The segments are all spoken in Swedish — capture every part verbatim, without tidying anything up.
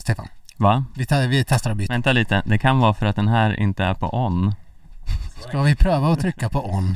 Stefan. Va? Vi, tar, vi testar att byta. Vänta lite, det kan vara för att den här inte är på on. Ska vi pröva att trycka på on?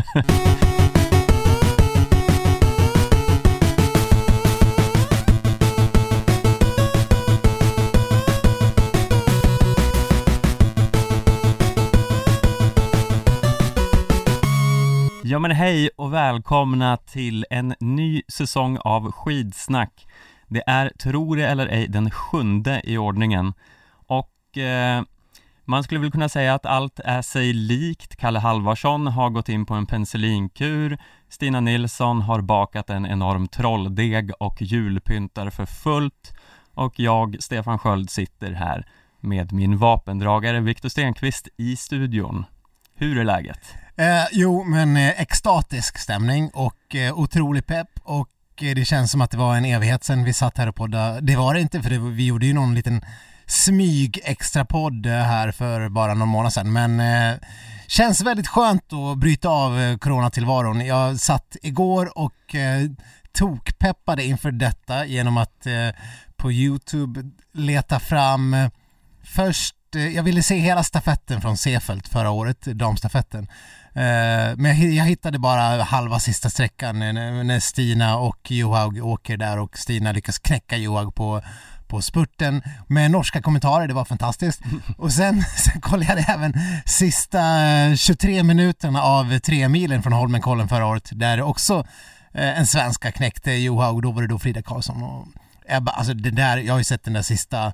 Ja men hej och välkomna till en ny säsong av Skidsnack. Det är, tror det eller ej, den sjunde i ordningen. Och eh, man skulle väl kunna säga att allt är sig likt. Kalle Halvarsson har gått in på en penicillinkur. Stina Nilsson har bakat en enorm trolldeg och julpyntar för fullt. Och jag, Stefan Sköld, sitter här med min vapendragare Viktor Stenqvist i studion. Hur är läget? Eh, jo, men eh, extatisk stämning och eh, otrolig pepp och eh, det känns som att det var en evighet sedan vi satt här och poddade. Det var det inte, för det, vi gjorde ju någon liten smyg extra podd här för bara någon månad sedan, men eh, känns väldigt skönt att bryta av eh, coronatillvaron. Jag satt igår och eh, tokpeppade inför detta genom att eh, på YouTube leta fram eh, först. Jag ville se hela stafetten från Seefeld förra året, damstafetten. Men jag hittade bara halva sista sträckan när Stina och Johaug åker där och Stina lyckas knäcka Johaug på, på spurten med norska kommentarer. Det var fantastiskt. Och sen, sen kollade jag även sista tjugotre minuterna av tre milen från Holmenkollen förra året, där också en svenska knäckte Johaug. Då var det då Frida Karlsson. Och jag, alltså det där, jag har ju sett den där sista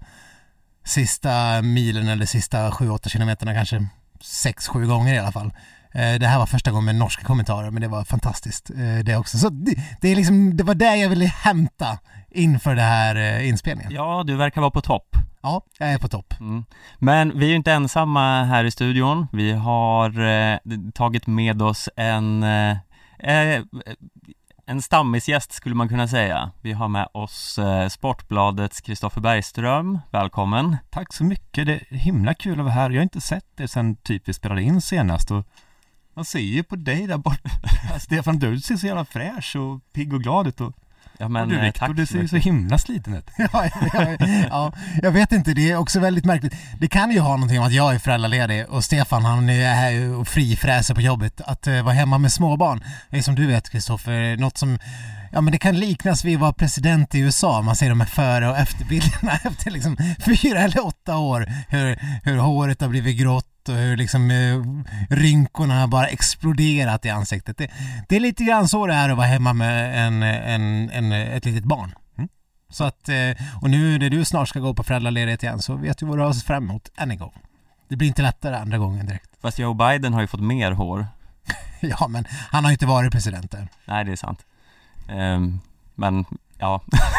sista milen eller sista sju åtta kilometerna kanske sex sju gånger i alla fall. Det här var första gången med norska kommentarer, men det var fantastiskt det också. Så det, det är liksom, det var det jag ville hämta inför det här inspelningen. Ja, du verkar vara på topp. Ja, jag är på topp. Mm. Men vi är ju inte ensamma här i studion. Vi har eh, tagit med oss en eh, en stammisgäst skulle man kunna säga. Vi har med oss eh, Sportbladets Kristoffer Bergström. Välkommen. Tack så mycket. Det är himla kul att vara här. Jag har inte sett det sen typ vi spelade in senast. Och man ser ju på dig där borta. Stefan, du ser så jävla fräsch och pigg och glad ut. Och, ja, men, och du, Victor, tack du ser ju så himla sliten ut. ja, ja, ja, jag vet inte. Det är också väldigt märkligt. Det kan ju ha någonting om att jag är föräldraledig och Stefan, han är här och frifräser på jobbet. Att uh, vara hemma med småbarn. Det är som du vet, Kristoffer, något som, ja, men det kan liknas vid att vara president i U S A. Man ser de här före- och efterbilderna efter liksom fyra eller åtta år. Hur, hur håret har blivit grått och hur liksom uh, rynkorna har bara exploderat i ansiktet. Det, det är lite grann så det är att vara hemma med en, en, en, ett litet barn. Mm. Så att, och nu när du snart ska gå på föräldraledighet igen, så vet du vad du har fram emot än en gång. Det blir inte lättare andra gången direkt. Fast Joe Biden har ju fått mer hår. Ja, men han har ju inte varit president där. Nej, det är sant. Um, men ja.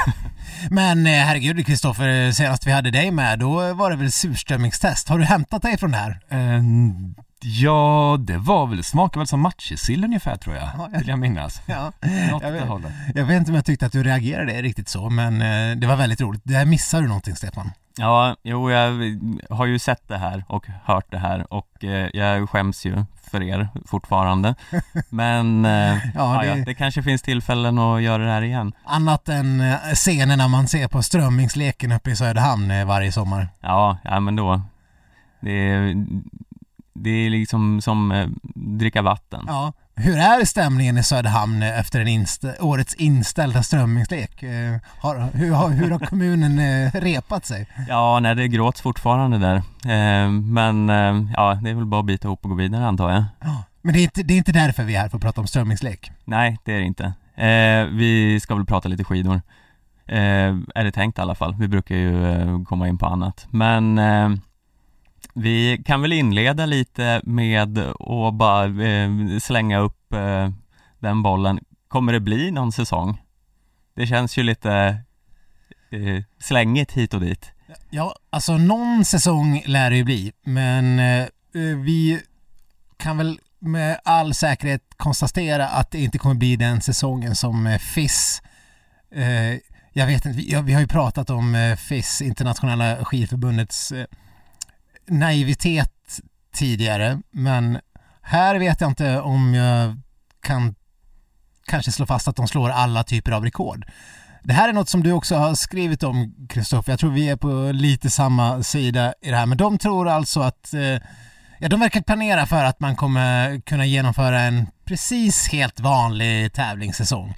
Men herregud, Kristoffer, senast vi hade dig med, då var det väl surströmmingstest. Har du hämtat dig från det här? Um, ja, det var väl, smakar väl som matjessill ungefär, tror jag. Ja, jag vill jag minnas. Ja, Något jag, vet, hållet. jag vet inte om jag tyckte att du reagerade riktigt så, men eh, det var väldigt roligt. Där missar du någonting, Stefan. Ja, jo, jag har ju sett det här och hört det här och eh, jag skäms ju för er fortfarande. Men eh, ja, det... Ja, det kanske finns tillfällen att göra det här igen. Annat än eh, scenerna man ser på strömmingsleken uppe i Söderhamn eh, varje sommar. Ja, ja men då. Det är, det är liksom som eh, dricka vatten. Ja. Hur är stämningen i Söderhamn efter en inst- årets inställda strömmingslek? Eh, har, hur, har, hur har kommunen eh, repat sig? Ja, nej, det gråts fortfarande där. Eh, men eh, ja, det är väl bara att bita ihop och gå vidare, antar jag. Ja, men det är, inte, det är inte därför vi är här för att prata om strömmingslek. Nej, det är det inte. Eh, vi ska väl prata lite skidor. Eh, är det tänkt i alla fall. Vi brukar ju eh, komma in på annat. Men... Eh, vi kan väl inleda lite med att bara eh, slänga upp eh, den bollen. Kommer det bli någon säsong? Det känns ju lite eh, slängigt hit och dit. Ja, alltså någon säsong lär det ju bli. Men eh, vi kan väl med all säkerhet konstatera att det inte kommer bli den säsongen som eh, F I S... Eh, jag vet inte, vi, vi har ju pratat om eh, F I S, Internationella skidförbundets... Eh, naivitet tidigare, men här vet jag inte om jag kan kanske slå fast att de slår alla typer av rekord. Det här är något som du också har skrivit om, Kristoffer. Jag tror vi är på lite samma sida i det här. Men de tror alltså att... Eh, ja, de verkar planera för att man kommer kunna genomföra en precis helt vanlig tävlingssäsong.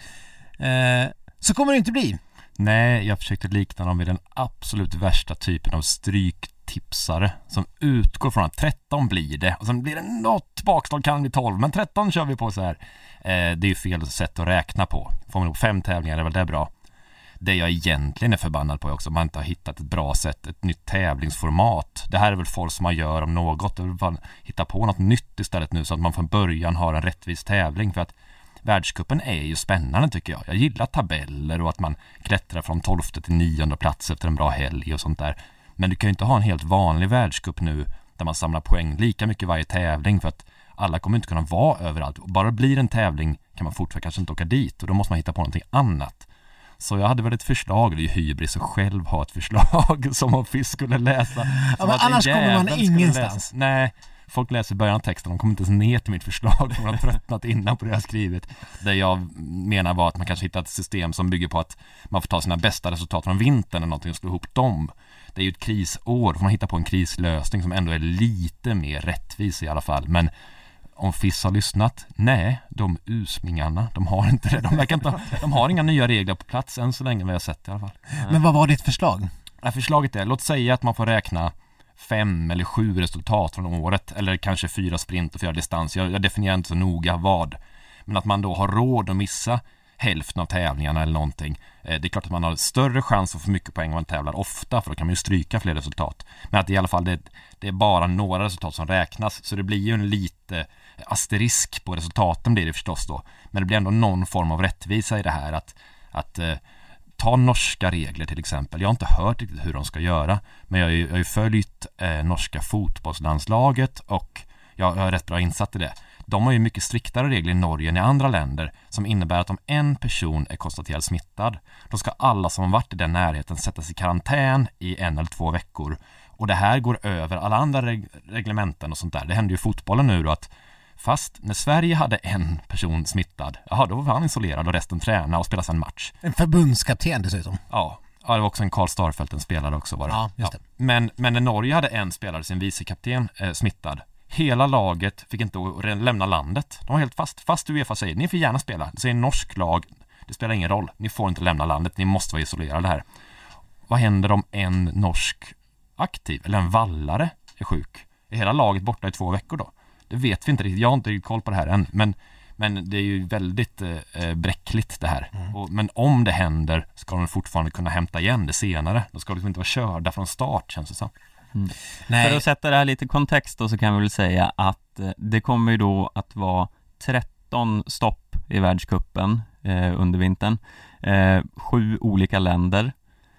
Eh, så kommer det inte bli. Nej, jag försökte likna dem vid den absolut värsta typen av stryktipsare som utgår från att tretton blir det och sen blir det något bakslag, kan det bli tolv, men tretton kör vi på så här. Eh, det är ju fel sätt att räkna på. Får man nog fem tävlingar är väl det bra. Det jag egentligen är förbannad på är också att man inte har hittat ett bra sätt, ett nytt tävlingsformat. Det här är väl folk som man gör om något, och vill hitta på något nytt istället nu så att man från början har en rättvis tävling, för att världscupen är ju spännande tycker jag. Jag gillar tabeller och att man klättrar från tolfte till nionde plats efter en bra helg och sånt där. Men du kan ju inte ha en helt vanlig världscup nu där man samlar poäng lika mycket varje tävling, för att alla kommer inte kunna vara överallt. Och bara blir en tävling kan man fortfarande kanske inte åka dit, och då måste man hitta på någonting annat. Så jag hade väl ett förslag, det är ju hybris att själv ha ett förslag som om Fisk skulle läsa. Ja, men annars kommer man ingenstans. Nej, folk läser början av texten, de kommer inte ens ner till mitt förslag, de har tröttnat innan på det jag skrivit. Det jag menar var att man kanske hittar ett system som bygger på att man får ta sina bästa resultat från vintern eller någonting och slå ihop dem. Det är ju ett krisår, får man hitta på en krislösning som ändå är lite mer rättvis i alla fall. Men om F I S har lyssnat, nej, de usmingarna, de har inte det. De, inte, de har inga nya regler på plats än så länge, vad jag sett i alla fall. Men vad var ditt förslag? Ja, förslaget är, låt säga att man får räkna fem eller sju resultat från året, eller kanske fyra sprint och fyra distans. Jag, jag definierar inte så noga vad. Men att man då har råd att missa hälften av tävlingarna eller någonting. Eh, det är klart att man har större chans att få mycket poäng om man tävlar ofta, för då kan man ju stryka fler resultat. Men att i alla fall det, det är bara några resultat som räknas, så det blir ju en lite asterisk på resultaten blir det förstås då. Men det blir ändå någon form av rättvisa i det här, att, att eh, ta norska regler till exempel. Jag har inte hört riktigt hur de ska göra, men jag har ju, jag har ju följt eh, norska fotbollslandslaget och jag, jag är rätt bra insatt i det. De har ju mycket striktare regler i Norge än i andra länder, som innebär att om en person är konstaterad smittad, då ska alla som har varit i den närheten sättas i karantän i en eller två veckor. Och det här går över alla andra reg- reglementen och sånt där. Det händer ju i fotbollen nu då att fast när Sverige hade en person smittad, jaha, då var han isolerad och resten tränade och spelade en match. En förbundskapten dessutom. Ja, ja, det var också en Karl Starfelt, en spelare också var det. Ja, just det. Ja. Men, men när Norge hade en spelare, sin vicekapten, eh, smittad, hela laget fick inte lämna landet. De var helt fast. Fast UEFA säger, ni får gärna spela. Det säger en norsk lag, det spelar ingen roll. Ni får inte lämna landet, ni måste vara isolerade här. Vad händer om en norsk aktiv, eller en vallare, är sjuk? Är hela laget borta i två veckor då? Det vet vi inte riktigt. Jag har inte riktigt koll på det här än. Men, men det är ju väldigt eh, bräckligt det här. Mm. Och, men om det händer ska de fortfarande kunna hämta igen det senare. Då ska de liksom inte vara körda från start, känns det så. Mm. För att sätta det här lite i kontext då, så kan vi väl säga att eh, det kommer ju då att vara tretton stopp i världscupen eh, under vintern. Eh, sju olika länder.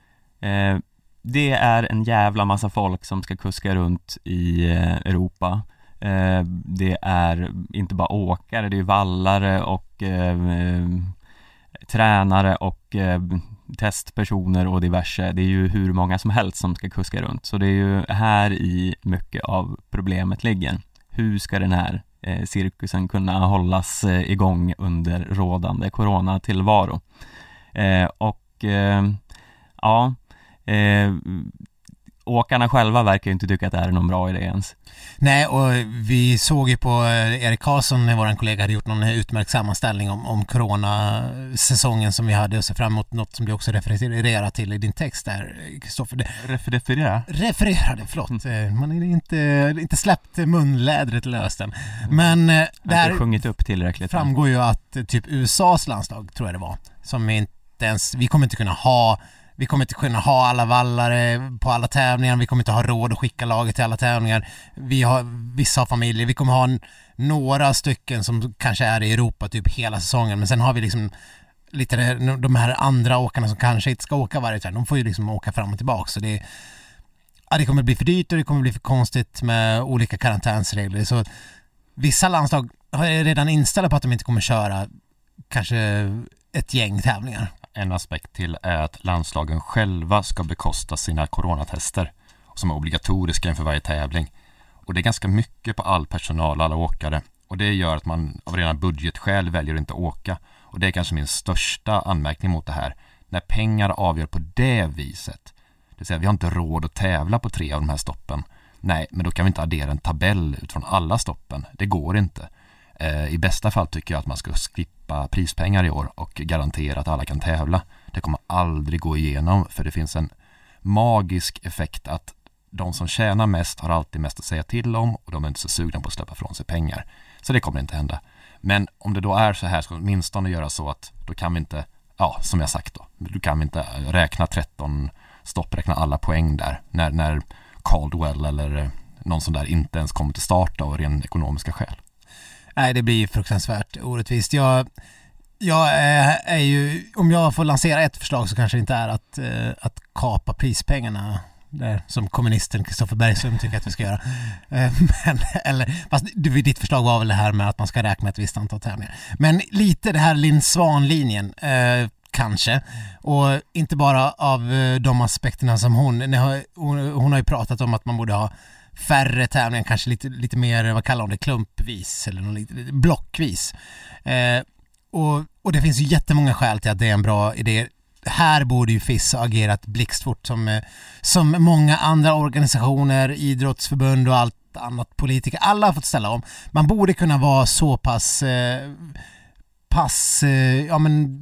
Eh, det är en jävla massa folk som ska kuska runt i eh, Europa. Eh, det är inte bara åkare, det är vallare och eh, eh, tränare och eh, testpersoner och diverse. Det är ju hur många som helst som ska kuska runt. Så det är ju här i mycket av problemet ligger. Hur ska den här eh, cirkusen kunna hållas eh, igång under rådande coronatillvaro? Eh, och eh, ja, eh, åkarna själva verkar ju inte tycka att det här är någon bra idé ens. Nej, och vi såg ju på Erik Karlsson, vår kollega, hade gjort någon utmärkt sammanställning om, om coronasäsongen som vi hade och se fram emot, något som du också refererar till i din text där, Kristoffer. Referera? Refererade, förlåt. Man är inte, inte släppt munlädret löst än. Men där jag har sjungit upp tillräckligt. Framgår ju att typ U S A:s landslag, tror jag det var, som inte ens, vi kommer inte kunna ha Vi kommer inte kunna ha alla vallare på alla tävlingar. Vi kommer inte ha råd att skicka laget till alla tävlingar. Vi har vissa familjer. Vi kommer ha n- några stycken som kanske är i Europa typ hela säsongen. Men sen har vi liksom lite de här andra åkarna som kanske inte ska åka varje tävling. De får ju liksom åka fram och tillbaka. Så det, ja, det kommer bli för dyrt och det kommer bli för konstigt med olika karantänsregler. Så vissa landslag är redan inställda på att de inte kommer köra kanske ett gäng tävlingar. En aspekt till är att landslagen själva ska bekosta sina coronatester som är obligatoriska inför varje tävling. Och det är ganska mycket på all personal, alla åkare. Och det gör att man av rena budgetskäl väljer att inte åka. Och det är kanske min största anmärkning mot det här. när pengar avgör på det viset, det vill säga vi har inte råd att tävla på tre av de här stoppen, nej, men då kan vi inte addera en tabell utifrån alla stoppen. Det går inte. Eh, I bästa fall tycker jag att man ska skippa prispengar i år och garantera att alla kan tävla. Det kommer aldrig gå igenom, för det finns en magisk effekt att de som tjänar mest har alltid mest att säga till om, och de är inte så sugna på att släppa från sig pengar. Så det kommer inte hända. Men om det då är så här, ska vi åtminstone göra så att då kan vi inte, ja, som jag sagt då, då kan vi inte räkna tretton stopp, räkna alla poäng där när, när Caldwell eller någon sån där inte ens kommer till start av ren ekonomiska skäl. Nej, det blir fruktansvärt orättvist. Jag, jag är, är ju, om jag får lansera ett förslag så kanske det inte är att, att kapa prispengarna där, som kommunisten Kristoffer Bergström tycker att vi ska göra. Men, eller, fast ditt förslag var väl det här med att man ska räkna ett visst antal tävlingar. Men lite det här Linn Svan-linjen eh, kanske. Och inte bara av de aspekterna som hon, hon, hon har ju pratat om att man borde ha färre tävlingar, kanske lite, lite mer, vad kallar hon det, klumpvis eller något, blockvis. Eh, och, och det finns ju jättemånga skäl till att det är en bra idé. Här borde ju F I S ha agerat blixtfort som, som många andra organisationer, idrottsförbund och allt annat, politiker. Alla har fått ställa om. Man borde kunna vara så pass, eh, pass eh, ja men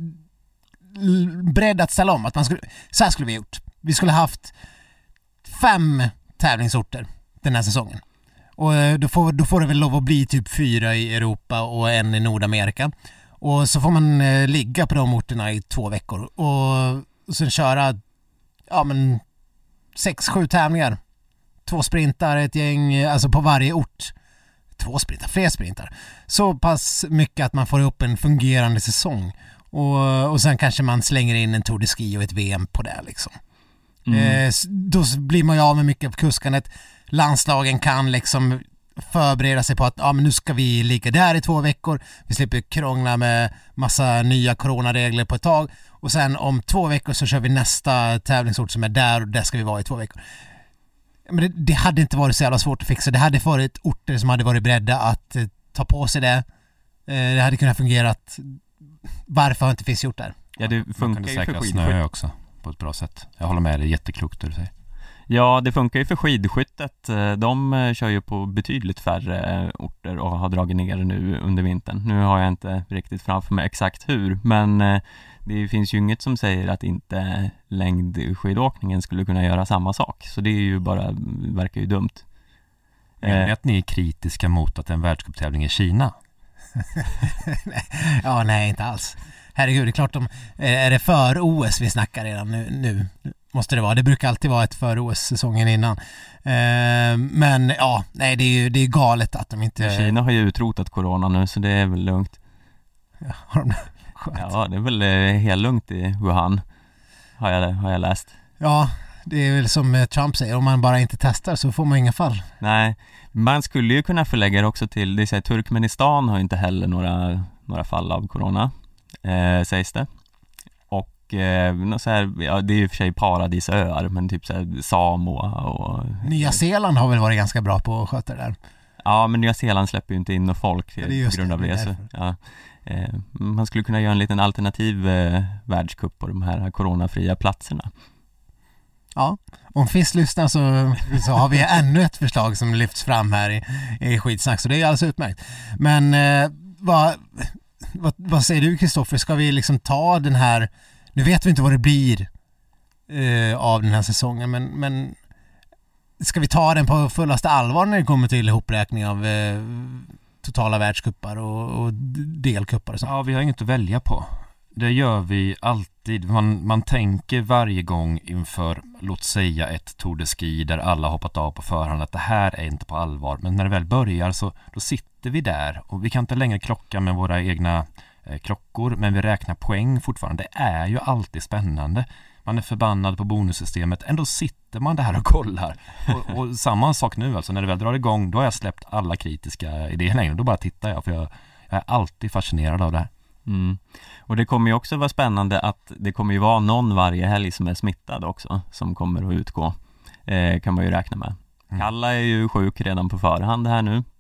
beredd att ställa om. Att man skulle, så här skulle vi ha gjort. Vi skulle ha haft fem tävlingsorter den här säsongen. Och då får, då får det väl lov att bli typ fyra i Europa och en i Nordamerika. Och så får man eh, ligga på de orterna i två veckor. Och, och sen köra ja men sex, sju tävlingar. Två sprintar, ett gäng, alltså på varje ort. Två sprintar, fler sprintar. Så pass mycket att man får upp en fungerande säsong. Och, och sen kanske man slänger in en Tour de Ski och ett V M på det liksom. Mm. Eh, då blir man ju av med mycket av kuskandet. Landslagen kan liksom förbereda sig på att ja, men nu ska vi ligga där i två veckor. Vi slipper krångla med massa nya coronaregler på ett tag. Och sen om två veckor så kör vi nästa tävlingsort som är där, och där ska vi vara i två veckor. Men det, det hade inte varit så jävla svårt att fixa. Det hade varit orter som hade varit beredda att eh, ta på sig det. Eh, det hade kunnat fungerat. Varför har inte F I S gjort det? Ja, det funkar ju för skidskytte snö också på ett bra sätt. Jag håller med, det är jätteklokt det du säger. Ja, det funkar ju för skidskyttet. De kör ju på betydligt färre orter och har dragit ner nu under vintern. Nu har jag inte riktigt framför mig exakt hur, men det finns ju inget som säger att inte längdskidåkningen skulle kunna göra samma sak. Så det är ju bara, verkar ju dumt. Menar ni att ni är kritiska mot att en världscuptävling i Kina? Ja, nej, inte alls. Herregud, det är klart de, är det för O S vi snackar redan nu, nu måste det vara. Det brukar alltid vara ett för O S-säsongen innan. Eh, men ja, nej, det är ju det är galet att de inte... Kina har ju utrotat corona nu, så det är väl lugnt. Ja, har de... ja det är väl helt lugnt i Wuhan, har jag, har jag läst. Ja, det är väl som Trump säger, om man bara inte testar så får man inga fall. Nej, man skulle ju kunna förlägga det också till, det säger Turkmenistan har inte heller några, några fall av corona, eh, sägs det. Och eh, så här, ja, det är ju för sig paradisöar, men typ så här Samoa och... Nya Zeeland har väl varit ganska bra på att sköta det där. Ja, men Nya Zeeland släpper ju inte in någon folk till, ja, på grund av det, det. Så, ja, eh, man skulle kunna göra en liten alternativ eh, världscup på de här coronafria platserna. Ja, om F I S lyssnar så, så har vi ännu ett förslag som lyfts fram här i, i Skitsnack, så det är alldeles utmärkt. Men eh, vad, vad, vad säger du, Kristoffer? Ska vi liksom ta den här, nu vet vi inte vad det blir eh, av den här säsongen, men, men ska vi ta den på fullaste allvar när det kommer till ihopräkning av eh, totala världscuppar och, och delcuppar och så? Ja, vi har inget att välja på. Det gör vi alltid. Man, man tänker varje gång inför, låt säga ett Tour de Ski där alla hoppat av på förhand, att det här är inte på allvar. Men när det väl börjar så då sitter vi där och vi kan inte längre klocka med våra egna eh, klockor, men vi räknar poäng fortfarande. Det är ju alltid spännande. Man är förbannad på bonussystemet. Ändå sitter man där och kollar. Och, och samma sak nu alltså. När det väl drar igång, då har jag släppt alla kritiska idéer längre. Då bara tittar jag, för jag, jag är alltid fascinerad av det här. Mm. Och det kommer ju också vara spännande att det kommer ju vara någon varje helg som är smittad också, som kommer att utgå, eh, kan man ju räkna med. Mm. Kalla är ju sjuk redan på förhand här nu,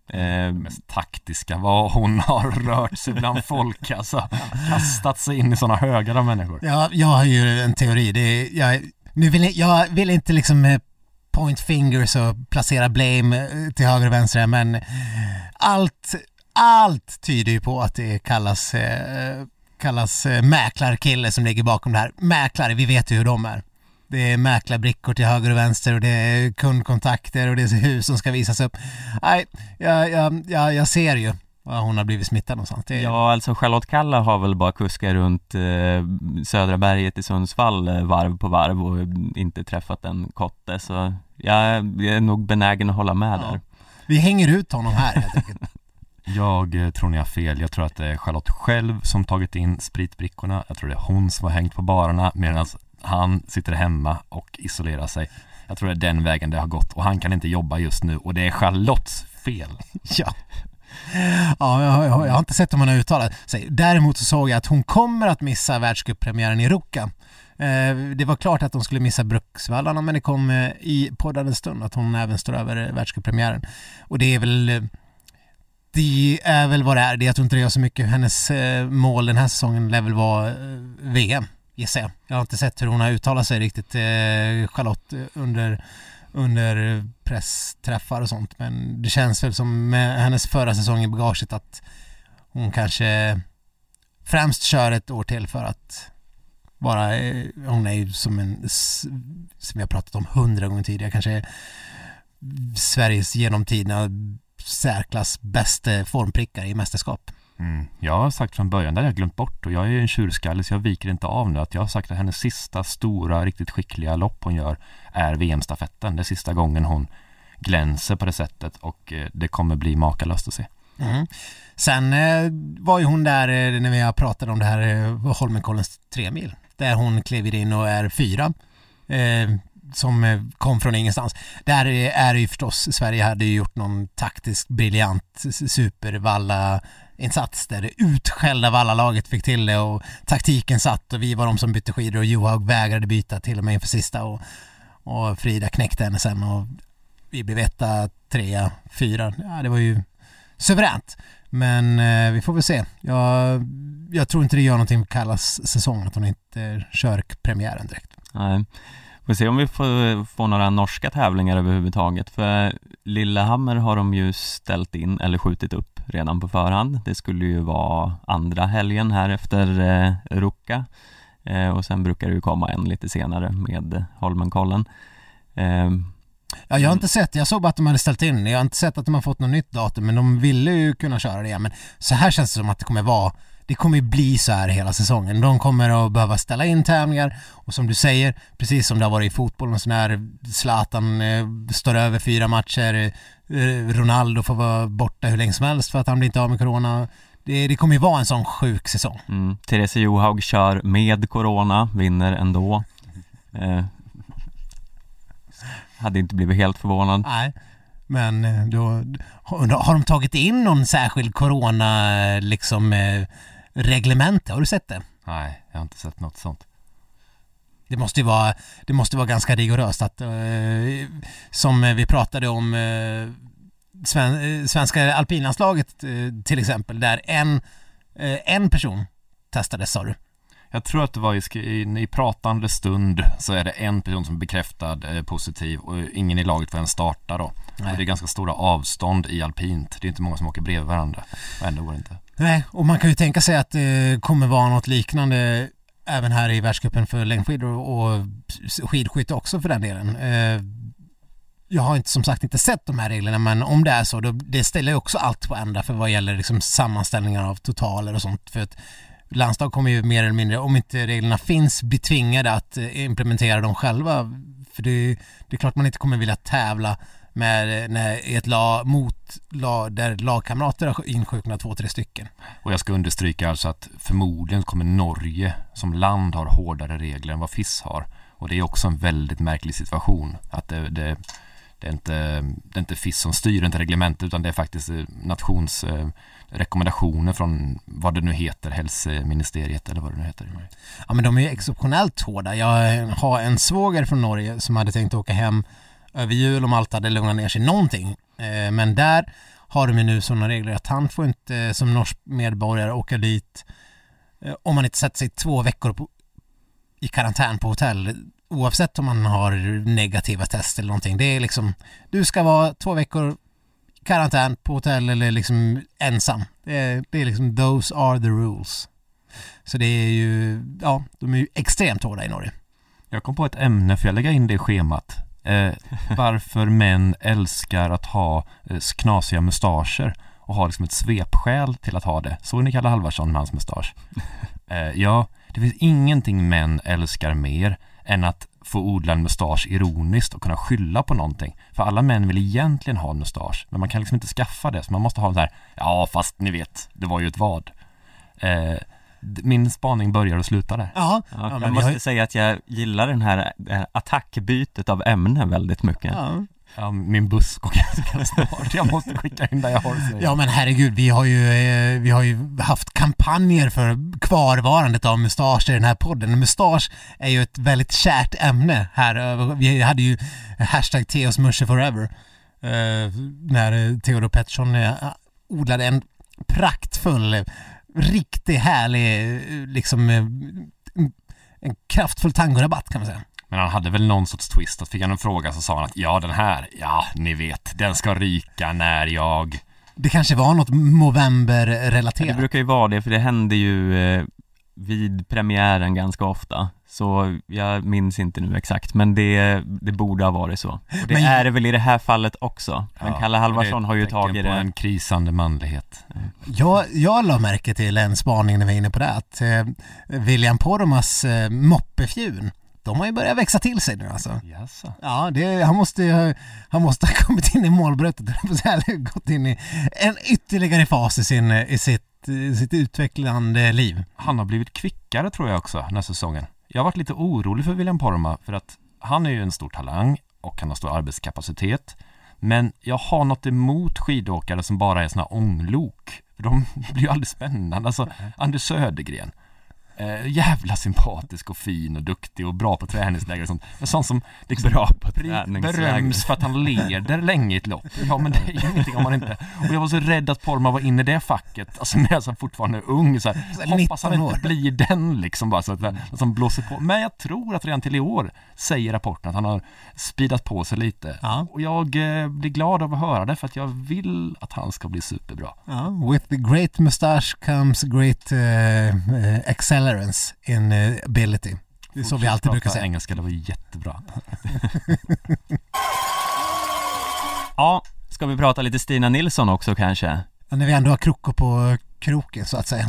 Eh, mest taktiska, vad hon har rört sig bland folk, alltså kastat sig in i sådana högar av människor. Ja, jag har ju en teori. Det är, jag, nu vill, jag vill inte liksom point fingers och placera blame till höger och vänster, men allt, allt tyder ju på att det kallas, eh, kallas eh, mäklarkille som ligger bakom det här. Mäklare, vi vet ju hur de är. Det är mäklarbrickor till höger och vänster och det är kundkontakter och det är hus som ska visas upp. Nej, jag, jag, jag, jag ser ju vad hon har blivit smittad och sånt. Det är... Ja, alltså Charlotte Kalla har väl bara kuskat runt eh, Södra berget i Sundsvall eh, varv på varv och inte träffat en kotte, så jag är nog benägen att hålla med ja. där. Vi hänger ut honom här helt enkelt. Jag eh, tror ni har fel. Jag tror att det är Charlotte själv som tagit in spritbrickorna. Jag tror det är hon som har hängt på barerna medan han sitter hemma och isolerar sig. Jag tror det är den vägen det har gått och han kan inte jobba just nu och det är Charlottes fel. Ja. Ja, jag, jag, jag har inte sett om hon har uttalat sig. Däremot så såg jag att hon kommer att missa världscuppremiären i Ruka. Eh, det var klart att de skulle missa Bruksvallarna, men det kom eh, i poddande stund att hon även står över världscuppremiären. Och det är väl det är väl vad det är. Det jag tror inte det gör så mycket. Hennes eh, mål den här säsongen lär väl vara eh, V M, gissar jag. Jag har inte sett hur hon har uttalat sig riktigt, eh, Charlotte, under under pressträffar och sånt, men det känns väl som med hennes förra säsong i bagaget att hon kanske främst kör ett år till för att vara, hon är ju som en, som jag pratat om hundra gånger tidigare, kanske Sveriges genom tiderna särklass bästa formprickare i mästerskap. Mm. Jag har sagt från början, där jag glömt bort, och jag är ju en tjurskalle så jag viker inte av nu, att jag har sagt att hennes sista stora, riktigt skickliga lopp hon gör är V M-stafetten. Det är sista gången hon glänser på det sättet och eh, det kommer bli makalöst att se. Mm. Sen eh, var ju hon där eh, när vi pratade om det här eh, Holmenkollens tre mil, där hon klev in och är fyra. Eh, som kom från ingenstans. Där är det ju förstås, Sverige hade ju gjort någon taktisk briljant supervalla insats där det utskällda vallalaget fick till det och taktiken satt och vi var de som bytte skidor och Johaug vägrade byta till och med inför sista och, och Frida knäckte henne sen och vi blev etta, trea, fyra. Ja, det var ju suveränt. Men eh, vi får väl se. Jag, jag tror inte det gör någonting med Kallas säsong att hon inte kör premiären direkt. Nej. Vi får se om vi får, får några norska tävlingar överhuvudtaget. För Lillehammer har de ju ställt in eller skjutit upp redan på förhand. Det skulle ju vara andra helgen här efter eh, Ruka. Eh, och sen brukar det ju komma en lite senare med Holmenkollen. Eh, ja, jag har inte sett, jag såg bara att de hade ställt in. Jag har inte sett att de har fått något nytt datum, men de ville ju kunna köra det igen. Men så här känns det som att det kommer vara, det kommer bli så här hela säsongen. De kommer att behöva ställa in tävlingar och som du säger, precis som det har varit i fotboll, och sån här Zlatan eh, står över fyra matcher, eh, Ronaldo får vara borta hur länge som helst för att han blir inte av med corona. Det, det kommer ju vara en sån sjuk säsong. Mm. Therese Johaug kör med corona, vinner ändå. Eh, hade inte blivit helt förvånad. Nej. Men då har de tagit in någon särskild corona liksom eh, reglemente, har du sett det? Nej, jag har inte sett något sånt. Det måste ju vara, det måste vara ganska rigoröst att eh, som vi pratade om eh, sven, svenska alpinlandslaget eh, till exempel, där en, eh, en person testades, sa du? Jag tror att det var i, i, i pratande stund så är det en person som är bekräftad eh, positiv och ingen i laget får en starta då. Och det är ganska stora avstånd i alpint. Det är inte många som åker bredvid varandra. Och ändå går det inte. Nej, och man kan ju tänka sig att det kommer vara något liknande även här i världscupen för längdskidor och skidskytte också för den delen. Eh, jag har inte som sagt inte sett de här reglerna, men om det är så, då, det ställer ju också allt på ända för vad gäller liksom sammanställningar av totaler och sånt. För att landslag kommer ju mer eller mindre, om inte reglerna finns, bli tvingade att implementera dem själva. För det, det är klart man inte kommer vilja tävla med när ett lag mot lag där lagkamrater har insjuknat två, tre stycken. Och jag ska understryka alltså att förmodligen kommer Norge som land har hårdare regler än vad F I S har. Och det är också en väldigt märklig situation. Att det, det, det, är, inte, det är inte F I S som styr, inte reglementet, utan det är faktiskt nations rekommendationer från vad det nu heter, hälsoministeriet eller vad det nu heter. Ja, men de är ju exceptionellt hårda. Jag har en svåger från Norge som hade tänkt åka hem över jul om allt hade lugnat ner sig någonting. Men där har de ju nu sådana regler att han får inte som norsk medborgare åka dit eh, om man inte sätter sig två veckor på, i karantän på hotell, oavsett om man har negativa test eller någonting. Det är liksom, du ska vara två veckor i karantän på hotell eller liksom ensam. Det är, det är liksom, those are the rules. Så det är ju, ja, de är ju extremt hårda i Norge. Jag kom på ett ämne för jag lägger in det i schemat. Eh, varför män älskar att ha eh, knasiga mustascher och ha liksom ett svepskäl till att ha det. Så ni kallar Halvarsson med hans mustasch. Eh, ja, det finns ingenting män älskar mer än att få odla en mustasch ironiskt och kunna skylla på någonting. För alla män vill egentligen ha en mustasch, men man kan liksom inte skaffa det. Så man måste ha det här, ja fast ni vet, det var ju ett vad. Eh, min spaning börjar och slutar där. Ja, Ja, ja, jag men måste har... säga att jag gillar den här, det här attackbytet av ämne väldigt mycket. Ja. Ja, min buss går ganska snart. Jag måste skicka in där jag har det. Ja men herregud, vi har ju eh, vi har ju haft kampanjer för kvarvarandet av mustascher i den här podden. Mustasch är ju ett väldigt kärt ämne här. Vi hade ju hashtag Theos Musche Forever eh, när Theodor Pettersson eh, odlade en praktfull, riktigt härlig liksom eh, en kraftfull tangorabatt kan man säga. Men han hade väl någon sorts twist. Att fick han en fråga så sa han att ja den här, ja ni vet, den ska ryka när jag... Det kanske var något Movember-relaterat. Det brukar ju vara det, för det händer ju eh, vid premiären ganska ofta. Så jag minns inte nu exakt, men det, det borde ha varit så. Och det Men- är det väl i det här fallet också. Men Ja, Kalle Halvarsson det är har ju ett tecken tagit på det. en krisande manlighet. Jag, jag la märke till en spaning när vi var inne på det att eh, William Poromas eh, moppefjun, de har ju börjat växa till sig nu alltså. Jaså. Ja, det, han, måste, ju- han måste ha kommit in i målbrottet eller gått in i en ytterligare fas i, sin, i sitt, i sitt utvecklande liv. Han har blivit kvickare tror jag också den här säsongen. Jag har varit lite orolig för William Poromaa för att han är ju en stor talang och han har stor arbetskapacitet. Men jag har något emot skidåkare som bara är såna här ånglok. För de blir ju aldrig spännande. Alltså Anders Södergren. Eh, jävla sympatisk och fin och duktig och bra på träningsläger och sånt. Men sånt som liksom Bra på pri- träningsläger. beröms för att han leder länge i ett lopp. Ja men det är ju ingenting om man inte. Och jag var så rädd att Poromaa var inne i det facket. Alltså när jag så fortfarande är ung så här, Så här hoppas han nitton inte år. blir den liksom bara så att, att han blåser på. Men jag tror att redan till i år säger rapporten att han har speedat på sig lite. Ja. Och jag eh, blir glad av att höra det för att jag vill att han ska bli superbra. Ja, with the great mustache comes great uh, uh, accelerance in uh, ability. Det är så vi alltid brukar Prata säga. engelska, det var jättebra. Ja, ska vi prata lite Stina Nilsson också kanske? Ja, när vi ändå har krokor på kroken så att säga.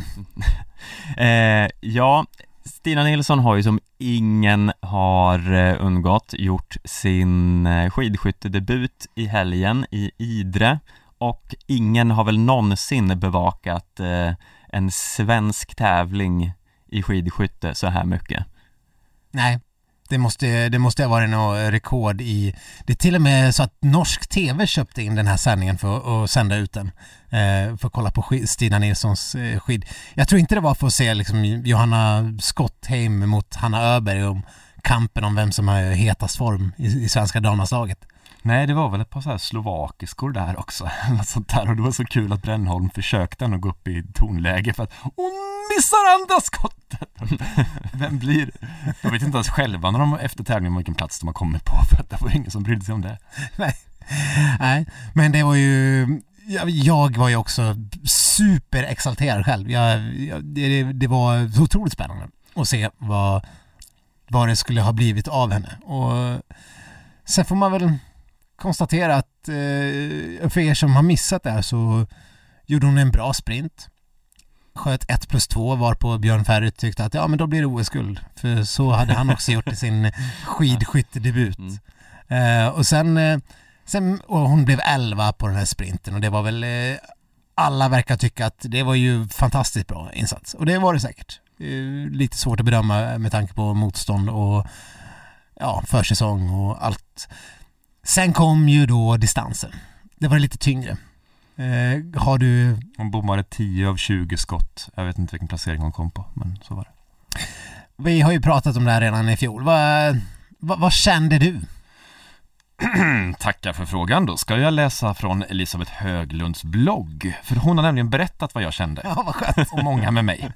Eh, ja, Stina Nilsson har ju som ingen har eh, undgått gjort sin eh, skidskyttedebut i helgen i Idre, och ingen har väl någonsin bevakat eh, en svensk tävling i skidskytte så här mycket. Nej, det måste, det måste ha varit något rekord i... Det är till och med så att norsk tv köpte in den här sändningen för att sända ut den. Eh, för att kolla på skid, Stina Nilssons eh, skid. Jag tror inte det var för att se liksom, Johanna Skottheim mot Hanna Öberg om kampen om vem som har hetast form i, i svenska damlandslaget. Nej, det var väl ett par så här slovakiskor där också. Något sånt där. Och det var så kul att Brännholm försökte att gå upp i tonläge för att hon missar andra skottet. Vem blir det? Jag vet inte ens själva när de efter tävlingen vilken plats de har kommit på, för att det var ingen som brydde sig om det. Nej. Nej, men det var ju... Jag, jag var ju också superexalterad själv. Jag, jag, det, det var så otroligt spännande att se vad, vad det skulle ha blivit av henne. Och sen får man väl konstatera att eh, för er som har missat det här så gjorde hon en bra sprint. Sköt ett plus två var på Björn Ferry tyckte att ja men då blir det O S-guld. För så hade han också gjort i sin skidskyttedebut. Mm. Eh, och sen, eh, sen och hon blev elva på den här sprinten och det var väl eh, alla verkar tycka att det var ju fantastiskt bra insats. Och det var det säkert. Eh, lite svårt att bedöma med tanke på motstånd och ja, försäsong och allt. Sen kom ju då distansen. Det var lite tyngre. Eh, har du... Hon bommade tio av tjugo skott. Jag vet inte vilken placering hon kom på, men så var det. Vi har ju pratat om det här redan i fjol. Vad, vad, vad kände du? Tackar för frågan. Då ska jag läsa från Elisabeth Höglunds blogg. För hon har nämligen berättat vad jag kände. Ja, vad skönt. Och många med mig.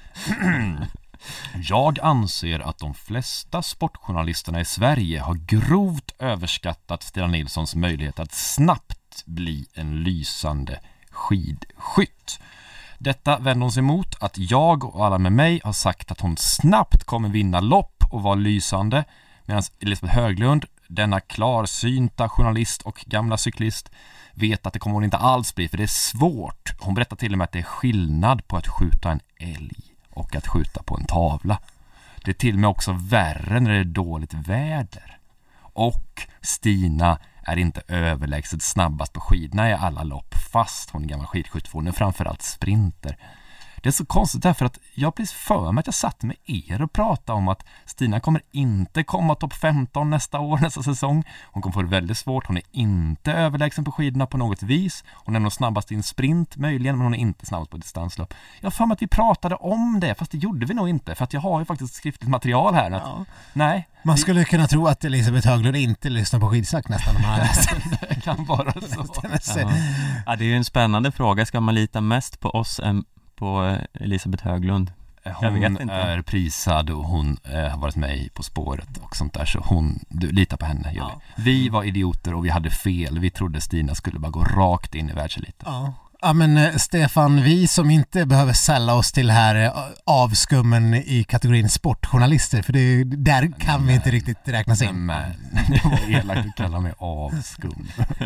Jag anser att de flesta sportjournalisterna i Sverige har grovt överskattat Stina Nilssons möjlighet att snabbt bli en lysande skidskytt. Detta vänder hon sig emot att jag och alla med mig har sagt att hon snabbt kommer vinna lopp och vara lysande, medan Elisabeth Höglund, denna klarsynta journalist och gamla cyklist, vet att det kommer hon inte alls bli, för det är svårt. Hon berättar till och med att det är skillnad på att skjuta en älg och att skjuta på en tavla. Det är till och med också värre när det är dåligt väder. Och Stina är inte överlägset snabbast på skidorna i alla lopp, fast hon är gammal skidskytt, hon är framförallt sprinter. Det är så konstigt därför att jag blir för mig att jag satt med er och pratade om att Stina kommer inte komma topp femton nästa år, nästa säsong. Hon kommer få det väldigt svårt. Hon är inte överlägsen på skidorna på något vis. Hon är nog snabbast i en sprint möjligen, men hon är inte snabbast på distanslopp. Jag har för mig att vi pratade om det, fast det gjorde vi nog inte. För att jag har ju faktiskt skriftligt material här. Att, Ja. Nej. Man skulle kunna tro att Elisabeth Höglund inte lyssnar på Skidsnack nästan när man har läst. Det kan vara så. Ja. Ja, det är ju en spännande fråga. Ska man lita mest på oss än på Elisabeth Höglund? Hon vet inte. är prisad och hon eh, har varit med På spåret och sånt där, så hon, du litar på henne. Ja. Vi var idioter och vi hade fel. Vi trodde Stina skulle bara gå rakt in i världseliten. Ja. Ja, men eh, Stefan, vi som inte behöver sälla oss till här eh, avskummen i kategorin sportjournalister, för det, där kan men, vi inte riktigt räknas in. Men det var elakt att kalla mig avskum.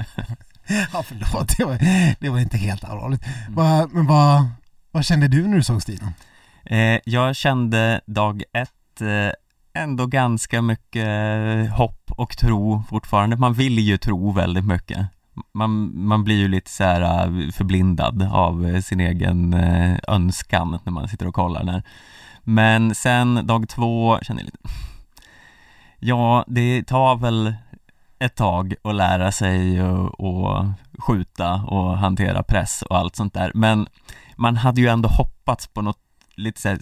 Ja, förlåt, det var, det var inte helt allvarligt. Mm. Va, men vad, vad kände du när du såg Stina? Eh, jag kände dag ett eh, ändå ganska mycket hopp och tro fortfarande. Man vill ju tro väldigt mycket. Man, man blir ju lite så här förblindad av sin egen eh, önskan när man sitter och kollar där. Men sen dag två kände jag lite... Ja, det tar väl ett tag att lära sig och, och skjuta och hantera press och allt sånt där. Men man hade ju ändå hoppats på något lite så här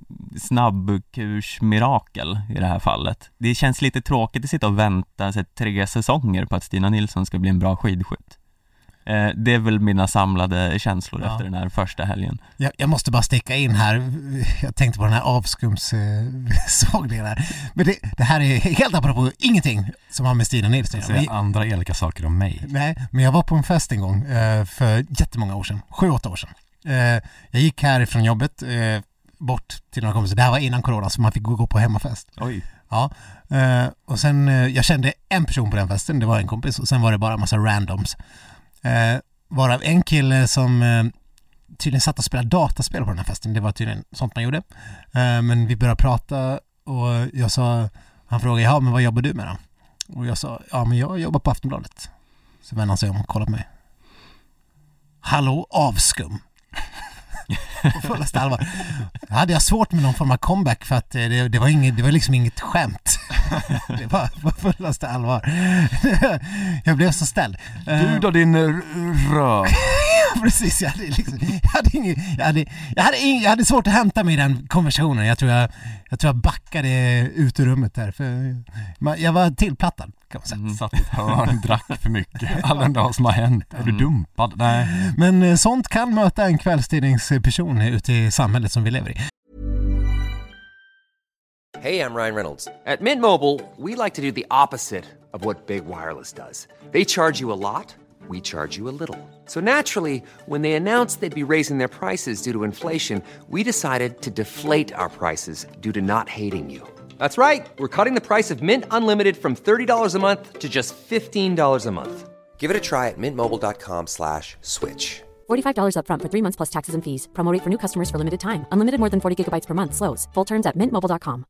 snabbkursmirakel i det här fallet. Det känns lite tråkigt att sitta och vänta så här, tre säsonger på att Stina Nilsson ska bli en bra skidskytt. Eh, det är väl mina samlade känslor ja. efter den här första helgen. Jag, jag måste bara sticka in här. Jag tänkte på den här avskumssågningen här. Men det, det här är helt apropå ingenting som har med Stina Nilsson. Jag säger andra elaka saker om mig. Nej, men jag var på en fest en gång eh, för jättemånga år sedan. Sju, åtta år sedan. Eh, jag gick här ifrån jobbet eh, bort till några kompisar. Det här var innan corona, så man fick gå på hemmafest. Oj. Ja, eh, och sen eh, jag kände en person på den festen, det var en kompis, och sen var det bara en massa randoms. Eh, varav en kille som eh, tydligen satt och spelade dataspel på den här festen. Det var tydligen sånt man gjorde. Eh, men vi började prata och jag sa, han frågade, ja men vad jobbar du med då? Och jag sa, ja men jag jobbar på Aftonbladet. Så vände han sig om och kollade på mig. Hallå, avskum. På fullaste allvar. Jag hade jag svårt med någon form av comeback för att det, det var inget, det var liksom inget skämt. Det var på fullaste allvar. Jag blev så ställd. Du då din rör. Precis, jag hade liksom, jag hade inget, jag hade jag hade ing, jag hade svårt att hämta mig i den konversationen. Jag tror jag jag tror jag backade ut ur rummet där för jag var tillplattad kan man säga. Mm. Satt i ett hörn, drack för mycket. Alla dag som har hänt. Är du dumpad? Nej. Men sånt kan möta en kvällstidningsperson ute i samhället som vi lever i. Hey, I'm Ryan Reynolds. At Mint Mobile, we like to do the opposite of what Big Wireless does. They charge you a lot. We charge you a little. So naturally, when they announced they'd be raising their prices due to inflation, we decided to deflate our prices due to not hating you. That's right. We're cutting the price of Mint Unlimited from thirty dollars a month to just fifteen dollars a month. Give it a try at mintmobile.com slash switch. forty-five dollars up front for three months plus taxes and fees. Promo rate for new customers for limited time. Unlimited more than forty gigabytes per month. Slows full terms at mint mobile dot com.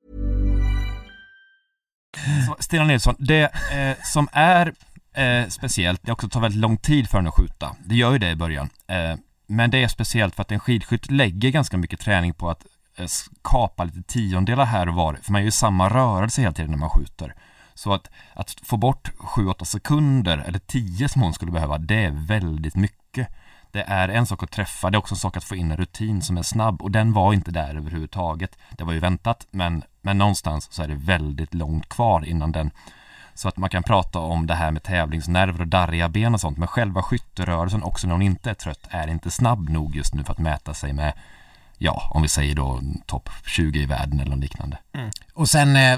Stina Nilsson, det eh, som är eh, speciellt, det också tar väldigt lång tid för henne att skjuta. Det gör ju det i början. Eh, men det är speciellt för att en skidskytt lägger ganska mycket träning på att eh, skapa lite tiondelar här och var. För man gör ju samma rörelse hela tiden när man skjuter. Så att, att få bort sju åtta sekunder eller tio som hon skulle behöva, det är väldigt mycket. Det är en sak att träffa, det är också en sak att få in en rutin som är snabb, och den var inte där överhuvudtaget. Det var ju väntat, men, men någonstans så är det väldigt långt kvar innan den Så att man kan prata om det här med tävlingsnerver och darriga ben och sånt, men själva skytterörelsen också när hon inte är trött är inte snabb nog just nu för att mäta sig med, ja, om vi säger då topp tjugo i världen eller något liknande. Mm. Och sen eh,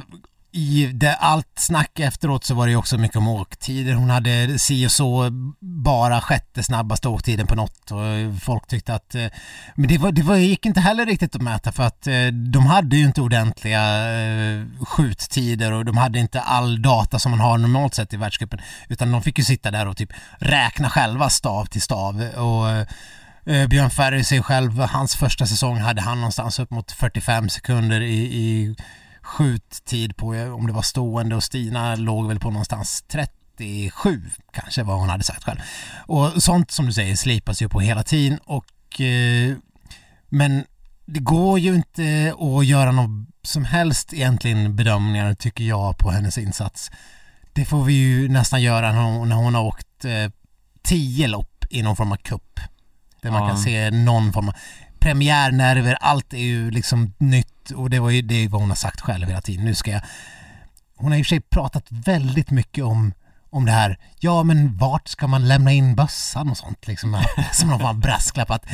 i det, allt snack efteråt så var det ju också mycket om åktider. Hon hade si och så bara sjätte snabbaste åktiden på något, och folk tyckte att eh, men det, var, det var, gick inte heller riktigt att mäta, för att eh, de hade ju inte ordentliga eh, skjuttider, och de hade inte all data som man har normalt sett i världscupen, utan de fick ju sitta där och typ räkna själva stav till stav. Och eh, Björn Ferry sig själv, hans första säsong hade han någonstans upp mot fyrtiofem sekunder i, i skjuttid på, om det var stående, och Stina låg väl på någonstans trettiosju kanske, vad hon hade sagt själv. Och sånt som du säger slipas ju på hela tiden, och eh, men det går ju inte att göra något som helst egentligen bedömningar, tycker jag, på hennes insats. Det får vi ju nästan göra när hon, när hon har åkt eh, tio lopp i någon form av cup, där man ja. kan se någon form av premiärnerver, allt är ju liksom nytt, och det var ju det vad hon har sagt själv hela tiden. Nu ska jag, hon har i och för sig pratat väldigt mycket om om det här, ja men vart ska man lämna in bössan och sånt liksom, som någon form av brasklapp att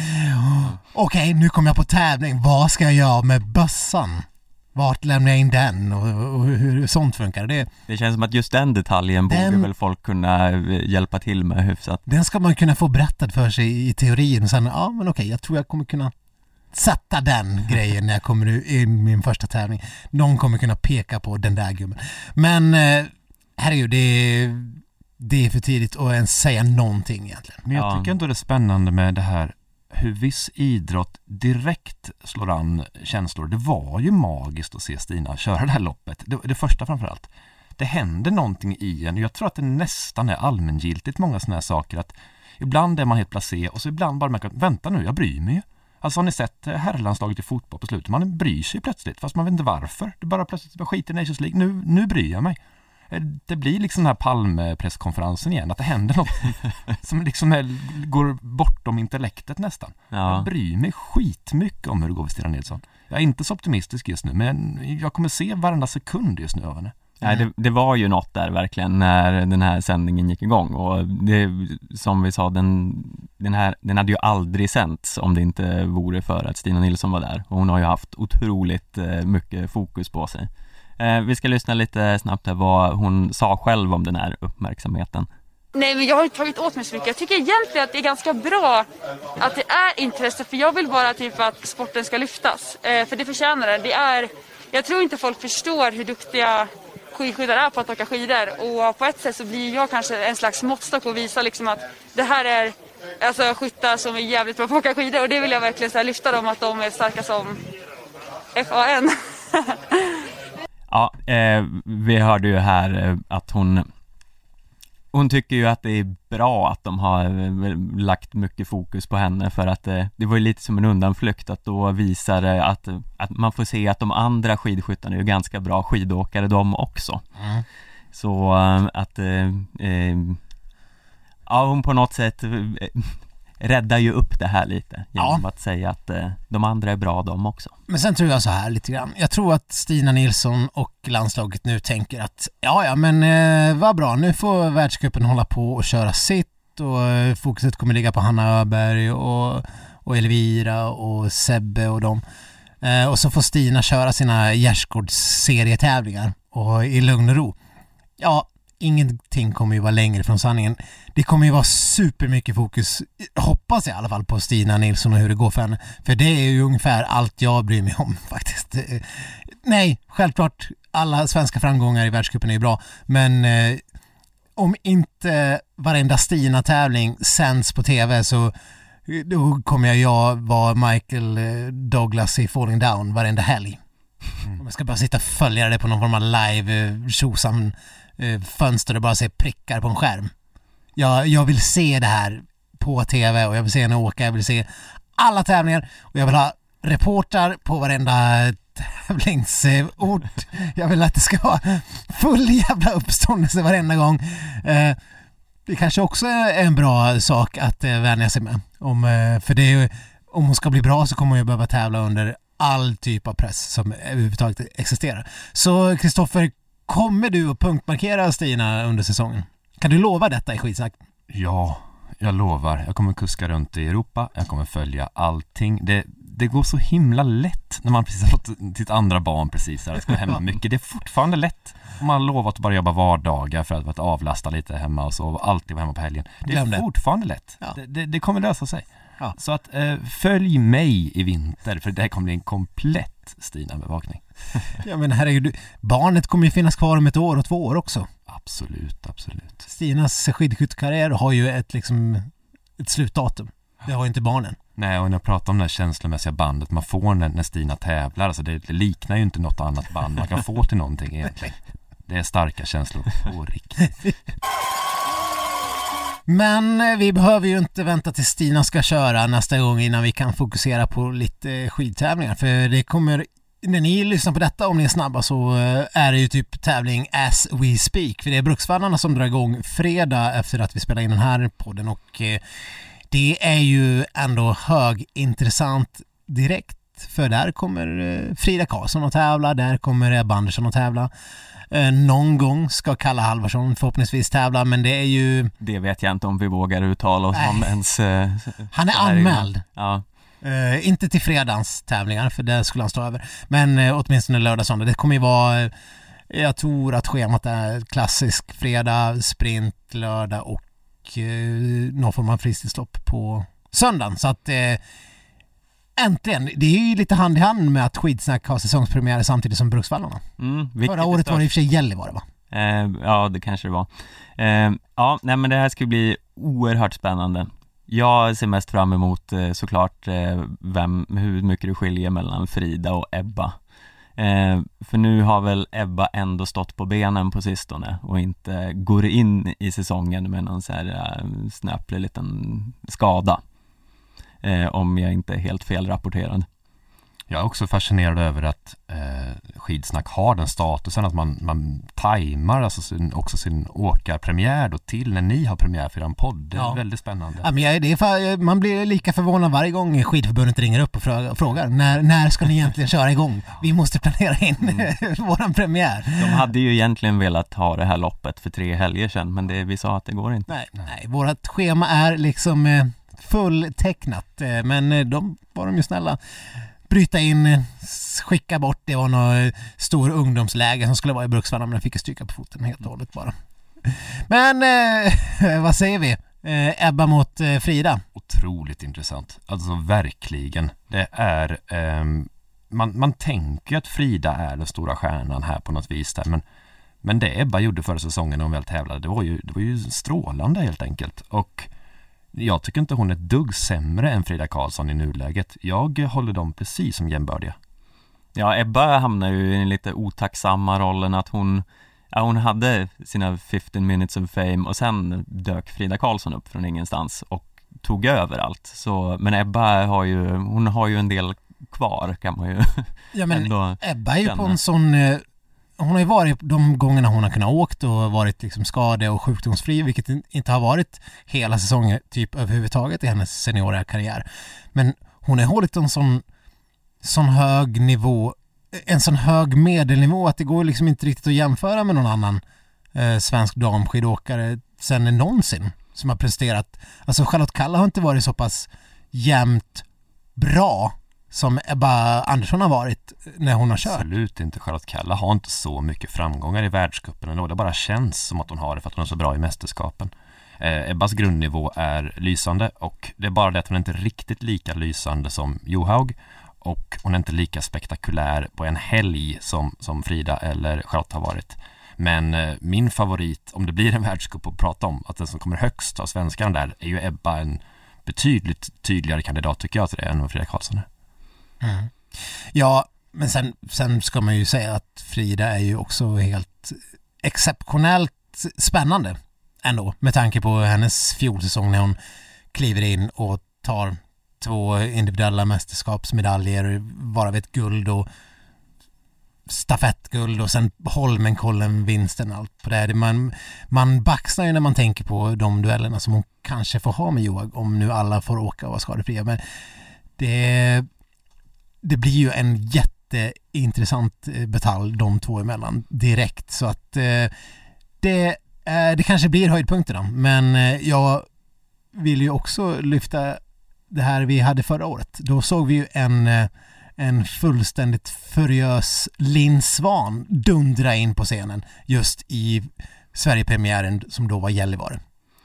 okej, okay, nu kommer jag på tävling, vad ska jag göra med bössan? Vart lämnar jag in den och, och hur sånt funkar det? Det känns som att just den detaljen den, borde väl folk kunna hjälpa till med hyfsat. Den ska man kunna få berättad för sig i teorin, och sen, ja men okej, jag tror jag kommer kunna sätta den grejen när jag kommer in i min första tävling. Någon kommer kunna peka på den där gubben. Men eh, herregud, det är, det är för tidigt att ens säga någonting egentligen. Men jag tycker ändå det är spännande med det här, hur viss idrott direkt slår an känslor. Det var ju magiskt att se Stina köra det här loppet. Det, det första framförallt. Det händer någonting i en. Jag tror att det nästan är allmängiltigt många sådana här saker. Att ibland är man helt placé, och så ibland bara märker att vänta nu, jag bryr mig ju. Alltså har ni sett herrlandslaget i fotboll på slutet? Man bryr sig plötsligt, fast man vet inte varför. Det bara plötsligt bara skiter i Nations League. Nu, nu bryr jag mig. Det blir liksom den här Palme-presskonferensen igen, att det händer något som liksom är, går bortom intellektet nästan. Ja. Jag bryr mig skitmycket om hur det går för Stina Nilsson. Jag är inte så optimistisk just nu, men jag kommer se varenda sekund just nu av henne. Nej, det, det var ju något där verkligen när den här sändningen gick igång, och det, som vi sa, den, den, här, den hade ju aldrig sänts om det inte vore för att Stina Nilsson var där, och hon har ju haft otroligt mycket fokus på sig. Eh, vi ska lyssna lite snabbt här vad hon sa själv om den här uppmärksamheten. Nej, men jag har inte tagit åt mig så mycket. Jag tycker egentligen att det är ganska bra att det är intresse, för jag vill bara typ att sporten ska lyftas, eh, för det förtjänar det. Det är, jag tror inte folk förstår hur duktiga skidskyttar är på att åka skidor, och på ett sätt så blir jag kanske en slags måttstock och visa liksom att det här är alltså skyttar som är jävligt bra på att åka skidor, och det vill jag verkligen så här lyfta dem, att de är starka som F A N. Ja, eh, vi hörde ju här eh, att hon hon tycker ju att det är bra att de har eh, lagt mycket fokus på henne, för att eh, det var ju lite som en undanflykt att då visar det att, att man får se att de andra skidskyttarna är ju ganska bra skidåkare de också. Mm. Så eh, att eh, eh, ja, hon på något sätt eh, räddar ju upp det här lite genom ja. att säga att eh, de andra är bra de också. Men sen tror jag så här lite grann. Jag tror att Stina Nilsson och landslaget nu tänker att ja, ja men eh, vad bra, nu får världscupen hålla på och köra sitt, och eh, fokuset kommer ligga på Hanna Öberg och, och Elvira och Sebbe och dem. Eh, och så får Stina köra sina gärdsgårdssserietävlingar och i lugn och ro. Ja, ingenting kommer ju vara längre från sanningen. Det kommer ju vara supermycket fokus, hoppas jag i alla fall, på Stina Nilsson och hur det går för henne. För det är ju ungefär allt jag bryr mig om faktiskt. Nej, självklart alla svenska framgångar i världscupen är ju bra, men eh, om inte varenda Stina-tävling sänds på tv, så då kommer jag, jag vara Michael Douglas i Falling Down varenda helg. Mm. Om jag ska bara sitta och följa det på någon form av live tjosam fönster och bara se prickar på en skärm. Jag, jag vill se det här på tv, och jag vill se henne åka, jag vill se alla tävlingar, och jag vill ha reportar på varenda tävlingsort. Jag vill att det ska vara full jävla uppståndelse varenda gång. Eh, det kanske också är en bra sak att eh, vänja sig med. Om, eh, för det är ju, om hon ska bli bra så kommer hon ju behöva tävla under all typ av press som överhuvudtaget existerar. Så Kristoffer Kommer du att punktmarkera Stina under säsongen? Kan du lova detta i Skidsnack? Ja, jag lovar. Jag kommer kuska runt i Europa. Jag kommer följa allting. Det, det går så himla lätt när man precis har fått sitt andra barn precis där. Det ska hemma mycket. Det är fortfarande lätt. Man har lovat att bara jobba vardagar för att, att avlasta lite hemma och så och alltid vara hemma på helgen. Det är fortfarande lätt. Ja. Det, det, det kommer lösa sig. Ja. Så att eh, följ mig i vinter, för det här kommer bli en komplett Stina-bevakning. Ja, men herregud, barnet kommer ju finnas kvar om ett år och två år också. Absolut, absolut. Stinas skidskyttekarriär har ju ett, liksom, ett slutdatum. Det har ju inte barnen. Nej, och när jag pratar om det här känslomässiga bandet man får när, när Stina tävlar, alltså det, det liknar ju inte något annat band man kan få till någonting egentligen. Det är starka känslor på riktigt. Men vi behöver ju inte vänta till Stina ska köra nästa gång innan vi kan fokusera på lite skidtävlingar. För det kommer, när ni lyssnar på detta, om ni är snabba, så är det ju typ tävling as we speak. För det är Bruksvallarna som drar igång fredag efter att vi spelar in den här podden. Och det är ju ändå högintressant direkt. För där kommer Frida Karlsson att tävla, där kommer Ebba Andersson att tävla. Någon gång ska Kalle Halvarsson förhoppningsvis tävla, men det är ju... Det vet jag inte om vi vågar uttala oss om ens... Uh, han är anmäld. Ja. Uh, inte till fredagens tävlingar, för det skulle han stå över. Men uh, åtminstone lördag söndag. Det kommer ju vara... Uh, jag tror att schemat är klassisk fredag, sprint, lördag och uh, någon form av fristilslopp på söndagen. Så att... Uh, Äntligen, det är ju lite hand i hand med att Skidsnack har säsongspremiär samtidigt som Bruksvallarna. Mm, Förra året var det i och för sig Gällivare, va? Eh, ja, det kanske det var. Eh, ja, nej, men det här ska bli oerhört spännande. Jag ser mest fram emot eh, såklart eh, vem, hur mycket det skiljer mellan Frida och Ebba. Eh, för nu har väl Ebba ändå stått på benen på sistone och inte går in i säsongen med någon så här eh, snäpplig liten skada. Eh, om jag inte är helt felrapporterad. Jag är också fascinerad över att eh, Skidsnack har den statusen att man, man tajmar alltså sin, också sin åkarpremiär då till när ni har premiär för en podd. Det är ja. väldigt spännande. Ja, men jag, det är för, man blir lika förvånad varje gång Skidförbundet ringer upp och frågar, frågar när, när ska ni egentligen köra igång? Vi måste planera in mm. våran premiär. De hade ju egentligen velat ha det här loppet för tre helger sedan, men det, vi sa att det går inte. Nej, nej vårat schema är liksom... Eh, fulltecknat, men de var de ju snälla bryta in, skicka bort. Det var någon stor ungdomsläge som skulle vara i Bruksvallarna, men de fick stryka på foten helt och hållet bara. Men eh, vad säger vi? Eh, Ebba mot eh, Frida. Otroligt intressant, alltså verkligen. Det är eh, man, man tänker att Frida är den stora stjärnan här på något vis där, men, men det Ebba gjorde förra säsongen när hon väl tävlade, det var ju, det var ju strålande helt enkelt. Och jag tycker inte hon är ett dugg sämre än Frida Karlsson i nuläget. Jag håller dem precis som jämbördiga. Ja, Ebba hamnar ju i en lite otacksamma rollen att hon, ja, hon hade sina fifteen minutes of fame och sen dök Frida Karlsson upp från ingenstans och tog över allt. Så, men Ebba har ju, hon har ju en del kvar kan man ju. Ja, men Ebba är ju känna. På en sån... Hon har ju varit de gångerna hon har kunnat åkt och varit liksom skade- och sjukdomsfri, vilket inte har varit hela säsongen typ överhuvudtaget i hennes seniora karriär. Men hon har hållit en sån, sån hög nivå, en sån hög medelnivå att det går liksom inte riktigt att jämföra med någon annan eh, svensk damskidåkare sen någonsin som har presterat. Alltså Charlotte Kalla har inte varit så pass jämnt bra som Ebba Andersson har varit när hon har kört. Absolut inte. Charlotte Kalla har inte så mycket framgångar i världscupen ändå. Det bara känns som att hon har det för att hon är så bra i mästerskapen. Eh, Ebbas grundnivå är lysande och det är bara det att hon är inte riktigt lika lysande som Johaug och hon är inte lika spektakulär på en helg som, som Frida eller Charlotte har varit. Men eh, min favorit, om det blir en världscup att prata om, att den som kommer högst av svenskarna där är ju Ebba, en betydligt tydligare kandidat tycker jag till det än vad Frida Karlsson är. Mm. Ja, men sen, sen ska man ju säga att Frida är ju också helt exceptionellt spännande ändå, med tanke på hennes fjolsäsong när hon kliver in och tar två individuella mästerskapsmedaljer, varav ett guld och stafettguld och sen Holmenkollen vinsten, allt på det här. Man, man baxnar ju när man tänker på de duellerna som hon kanske får ha med Johaug om nu alla får åka och vara skadefria, men det Det blir ju en jätte jätteintressant batalj de två emellan direkt. Så att eh, det, eh, det kanske blir höjdpunkterna. Men eh, jag vill ju också lyfta det här vi hade förra året. Då såg vi ju en, eh, en fullständigt furiös Linn Svan dundra in på scenen just i Sverigepremiären som då var Gällivare.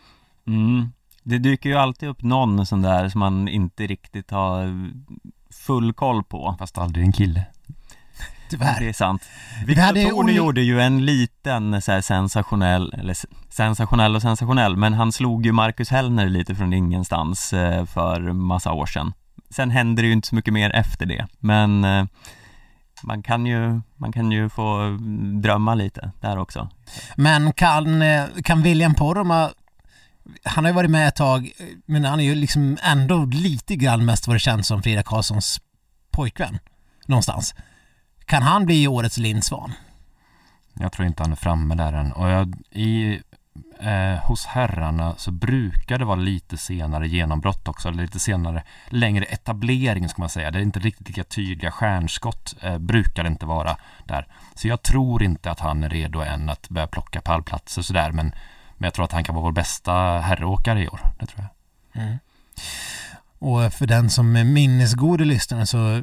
Mm. Det dyker ju alltid upp någon sån där som man inte riktigt har full koll på. Fast aldrig en kille. Tyvärr. Det är sant. Victor Torne gjorde ju en liten så här sensationell, eller sensationell och sensationell, men han slog ju Marcus Hellner lite från ingenstans för massa år sedan. Sen händer det ju inte så mycket mer efter det, men man kan ju, man kan ju få drömma lite där också. Men kan, kan William Poromaa, han har ju varit med ett tag, men han är ju liksom ändå lite grann mest vad det känns som Frida Karlssons pojkvän någonstans. Kan han bli årets Linn Svan? Jag tror inte han är framme där än. Och jag, i, eh, hos herrarna så brukar det vara lite senare genombrott också. Eller lite senare, längre etablering ska man säga. Det är inte riktigt lika tydliga stjärnskott. Eh, brukar det inte vara där. Så jag tror inte att han är redo än att börja plocka pallplatser sådär. Men, men jag tror att han kan vara vår bästa herråkare i år. Det tror jag. Mm. Och för den som är minnesgod lyssnare så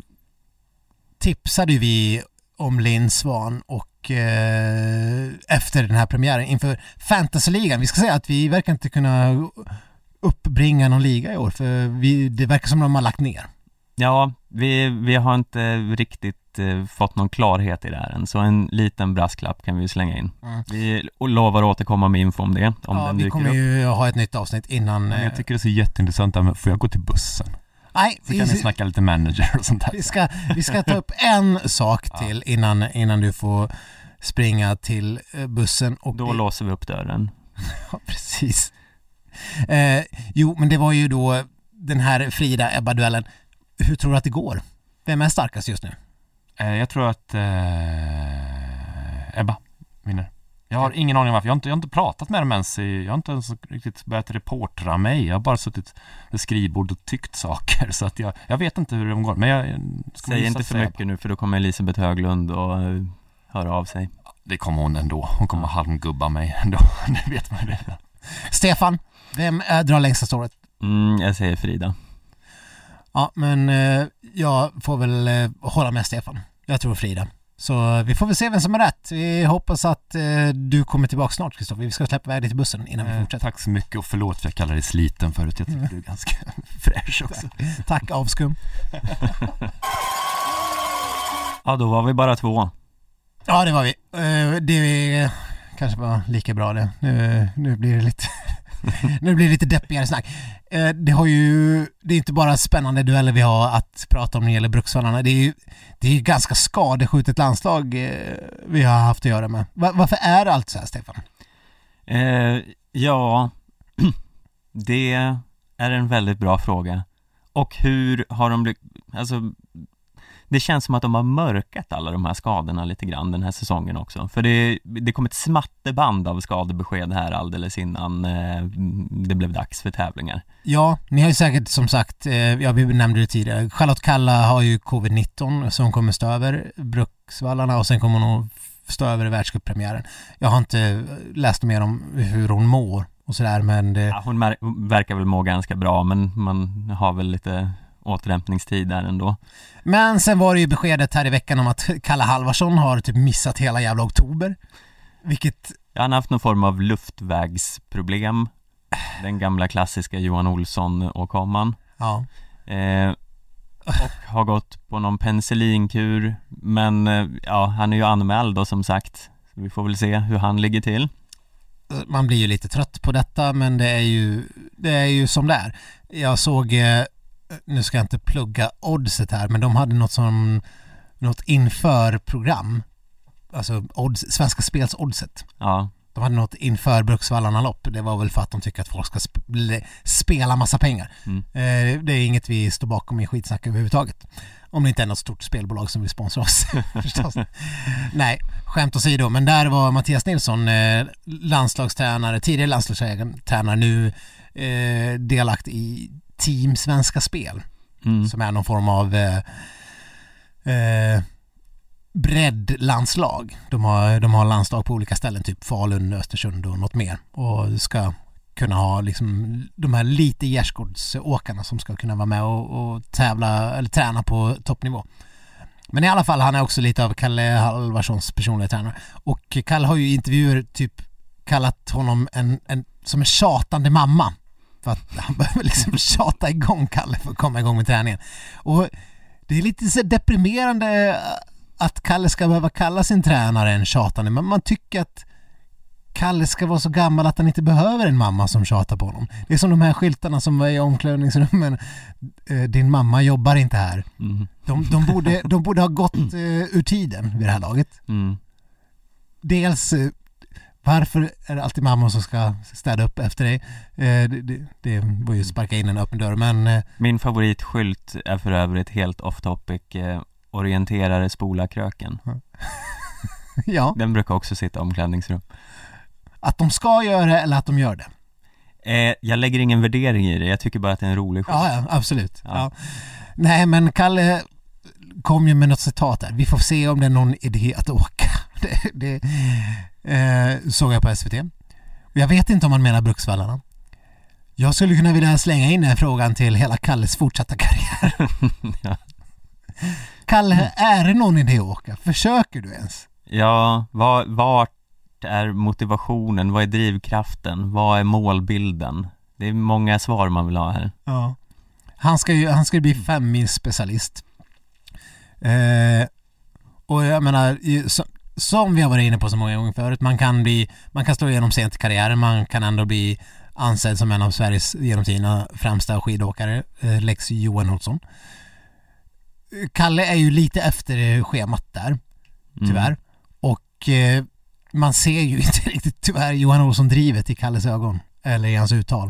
tipsade vi om Linn Svan och eh, efter den här premiären inför Fantasyligan. Vi ska säga att vi verkar inte kunna uppbringa någon liga i år för vi, det verkar som de har lagt ner. Ja, vi, vi har inte riktigt eh, fått någon klarhet i det här än, så en liten brasklapp kan vi slänga in. Mm. Vi lovar att återkomma med info om det. Om ja, den vi kommer upp. ju ha ett nytt avsnitt innan. Men jag tycker det är så jätteintressant, men får jag gå till bussen? Nej, så kan vi snacka lite manager och sånt där. Vi ska, vi ska ta upp en sak till innan, innan du får springa till bussen. Och då vi... låser vi upp dörren. Ja, precis. Eh, jo, men det var ju då den här Frida-Ebba-duellen. Hur tror du att det går? Vem är starkast just nu? Eh, jag tror att eh, Ebba vinner. Jag har ingen aning om varför. Jag har inte, jag har inte pratat med dem ens. Jag har inte ens riktigt börjat reportera mig. Jag har bara suttit vid skrivbord och tyckt saker. Så att jag, jag vet inte hur de går. Men jag, jag Säg inte för mycket nu, för då kommer Elisabeth Höglund och uh, höra av sig. Det kommer hon ändå. Hon kommer ja. halmgubba mig ändå. Det vet man redan. Stefan, vem äh, drar längsta ståret? Mm, jag säger Frida. Ja, men uh, jag får väl uh, hålla med Stefan. Jag tror Frida. Så vi får väl se vem som är rätt. Vi hoppas att eh, du kommer tillbaka snart, Kristoffer. Vi ska släppa iväg dig till bussen innan vi fortsätter. Eh, tack så mycket och förlåt för jag kallar dig sliten förut. Jag tycker mm. du är ganska fräsch också. Tack, tack avskum. Ja, då var vi bara två. Ja, det var vi. Uh, det eh, kanske var lika bra det. Nu, nu blir det lite... Nu blir det lite deppigare snack. Eh, det har ju det är inte bara spännande dueller vi har att prata om när det gäller Bruksvallarna. Det är ju det är ju ganska skadeskjutet landslag eh, vi har haft att göra med. Va- varför är det allt så här, Stefan? Eh, ja, det är en väldigt bra fråga. Och hur har de blivit... Alltså, det känns som att de har mörkat alla de här skadorna lite grann den här säsongen också. För det, det kom ett smatterband av skadebesked här alldeles innan eh, det blev dags för tävlingar. Ja, ni har ju säkert som sagt, eh, ja, vi nämnde det tidigare, Charlotte Kalla har ju covid nitton så hon kommer stå över Bruksvallarna och sen kommer hon stå över i världscuppremiären. Jag har inte läst mer om hur hon mår och sådär, men det... Ja, hon mär- verkar väl må ganska bra, men man har väl lite... återhämtningstid där ändå. Men sen var det ju beskedet här i veckan om att Kalle Halvarsson har typ missat hela jävla oktober. Vilket... Ja, han har haft någon form av luftvägsproblem. Den gamla klassiska Johan Olsson-åkomman. Ja. Eh, och har gått på någon penicillinkur. Men eh, ja, han är ju anmäld då som sagt. Så vi får väl se hur han ligger till. Man blir ju lite trött på detta, men det är ju, det är ju som det är. Jag såg... Eh, nu ska jag inte plugga oddset här, men de hade något som något inför program, alltså odds, Svenska Spels oddset. Ja. De hade något inför Bruksvallarna lopp. Det var väl för att de tycker att folk ska sp- spela massa pengar. Mm. Eh, det är inget vi står bakom i skitsnack överhuvudtaget. Om det inte är något stort spelbolag som vill sponsra oss. Förstås. Nej, skämt åsido. Men där var Mattias Nilsson, eh, landslagstränare, tidigare landslagstränare, nu eh, delakt i Team Svenska Spel. Mm. Som är någon form av eh, eh, breddlandslag. De har, de har landslag på olika ställen, typ Falun, Östersund och något mer. Och ska kunna ha liksom de här lite gärdsgårdsåkarna som ska kunna vara med och, och tävla eller träna på toppnivå. Men i alla fall, han är också lite av Kalle Halvarssons personliga tränare. Och Kalle har ju i intervjuer typ kallat honom en, en, som en tjatande mamma. För att han behöver liksom tjata igång Kalle för att komma igång med träningen. Och det är lite så deprimerande att Kalle ska behöva kalla sin tränare en tjatande. Men man tycker att Kalle ska vara så gammal att han inte behöver en mamma som tjatar på honom. Det är som de här skyltarna som var i omklädningsrummen. Din mamma jobbar inte här. Mm. De, de, borde, de borde ha gått uh, ur tiden vid det här laget. Mm. Dels uh, varför är det alltid mamma som ska städa upp efter dig? Uh, det, det, det var ju sparka in en öppen dörr. Men, uh, min favoritskylt är för övrigt helt off topic. Uh, orienterare spola kröken. Ja. Den brukar också sitta i omklädningsrum. Att de ska göra det eller att de gör det? Eh, jag lägger ingen värdering i det. Jag tycker bara att det är en rolig skylt. Ja, ja, absolut. Ja. Ja. Nej, men Kalle kom ju med något citat där. Vi får se om det är någon idé att åka. Det, det eh, såg jag på S V T. Jag vet inte om man menar Bruksvallarna. Jag skulle kunna vilja slänga in den frågan till hela Kalles fortsatta karriär. Ja. Kalle, är det någon idé att åka? Försöker du ens? Ja, var, vart är motivationen? Vad är drivkraften? Vad är målbilden? Det är många svar man vill ha här. Ja. Han ska ju han ska bli femmilsspecialist. Eh, och jag menar, som, som vi har varit inne på så många gånger förut, man kan bli, man kan slå igenom sent i karriären, man kan ändå bli ansedd som en av Sveriges genom tiderna främsta skidåkare, eh, Lex Johan Olsson. Kalle är ju lite efter schemat där, tyvärr. Mm. Och eh, man ser ju inte riktigt tyvärr Johan Olsson drivet i Kalles ögon eller i hans uttal.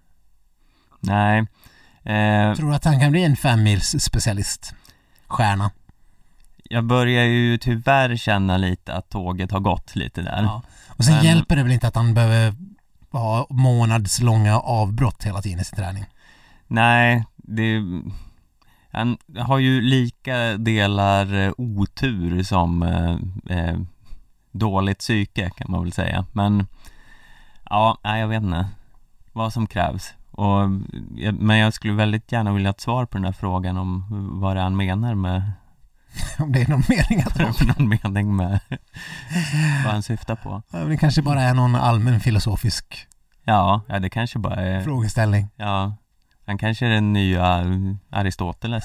Nej. Eh, Tror du att han kan bli en femmils specialist? Stjärna. Jag börjar ju tyvärr känna lite att tåget har gått lite där. Ja. Och sen Men... hjälper det väl inte att han behöver ha månadslånga avbrott hela tiden i sin träning? Nej, det... Han har ju lika delar otur som eh, eh, dåligt psyke kan man väl säga. Men ja, nej, jag vet inte vad som krävs. Och, men jag skulle väldigt gärna vilja ha ett svar på den här frågan om vad det han menar med... Om det är någon mening att det någon mening med vad han syftar på. Ja, det kanske bara är någon allmän filosofisk ja, ja, det kanske bara är... frågeställning. Ja, han kanske är den nya Aristoteles.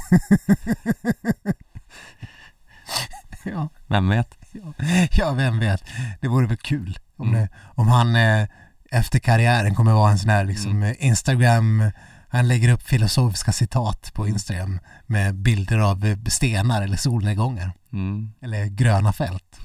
Ja. Vem vet? Ja. ja, vem vet. Det vore väl kul om, mm. det, om han eh, efter karriären kommer vara en sån här liksom, mm. Instagram, han lägger upp filosofiska citat på Instagram med bilder av stenar eller solnedgångar. Mm. Eller gröna fält.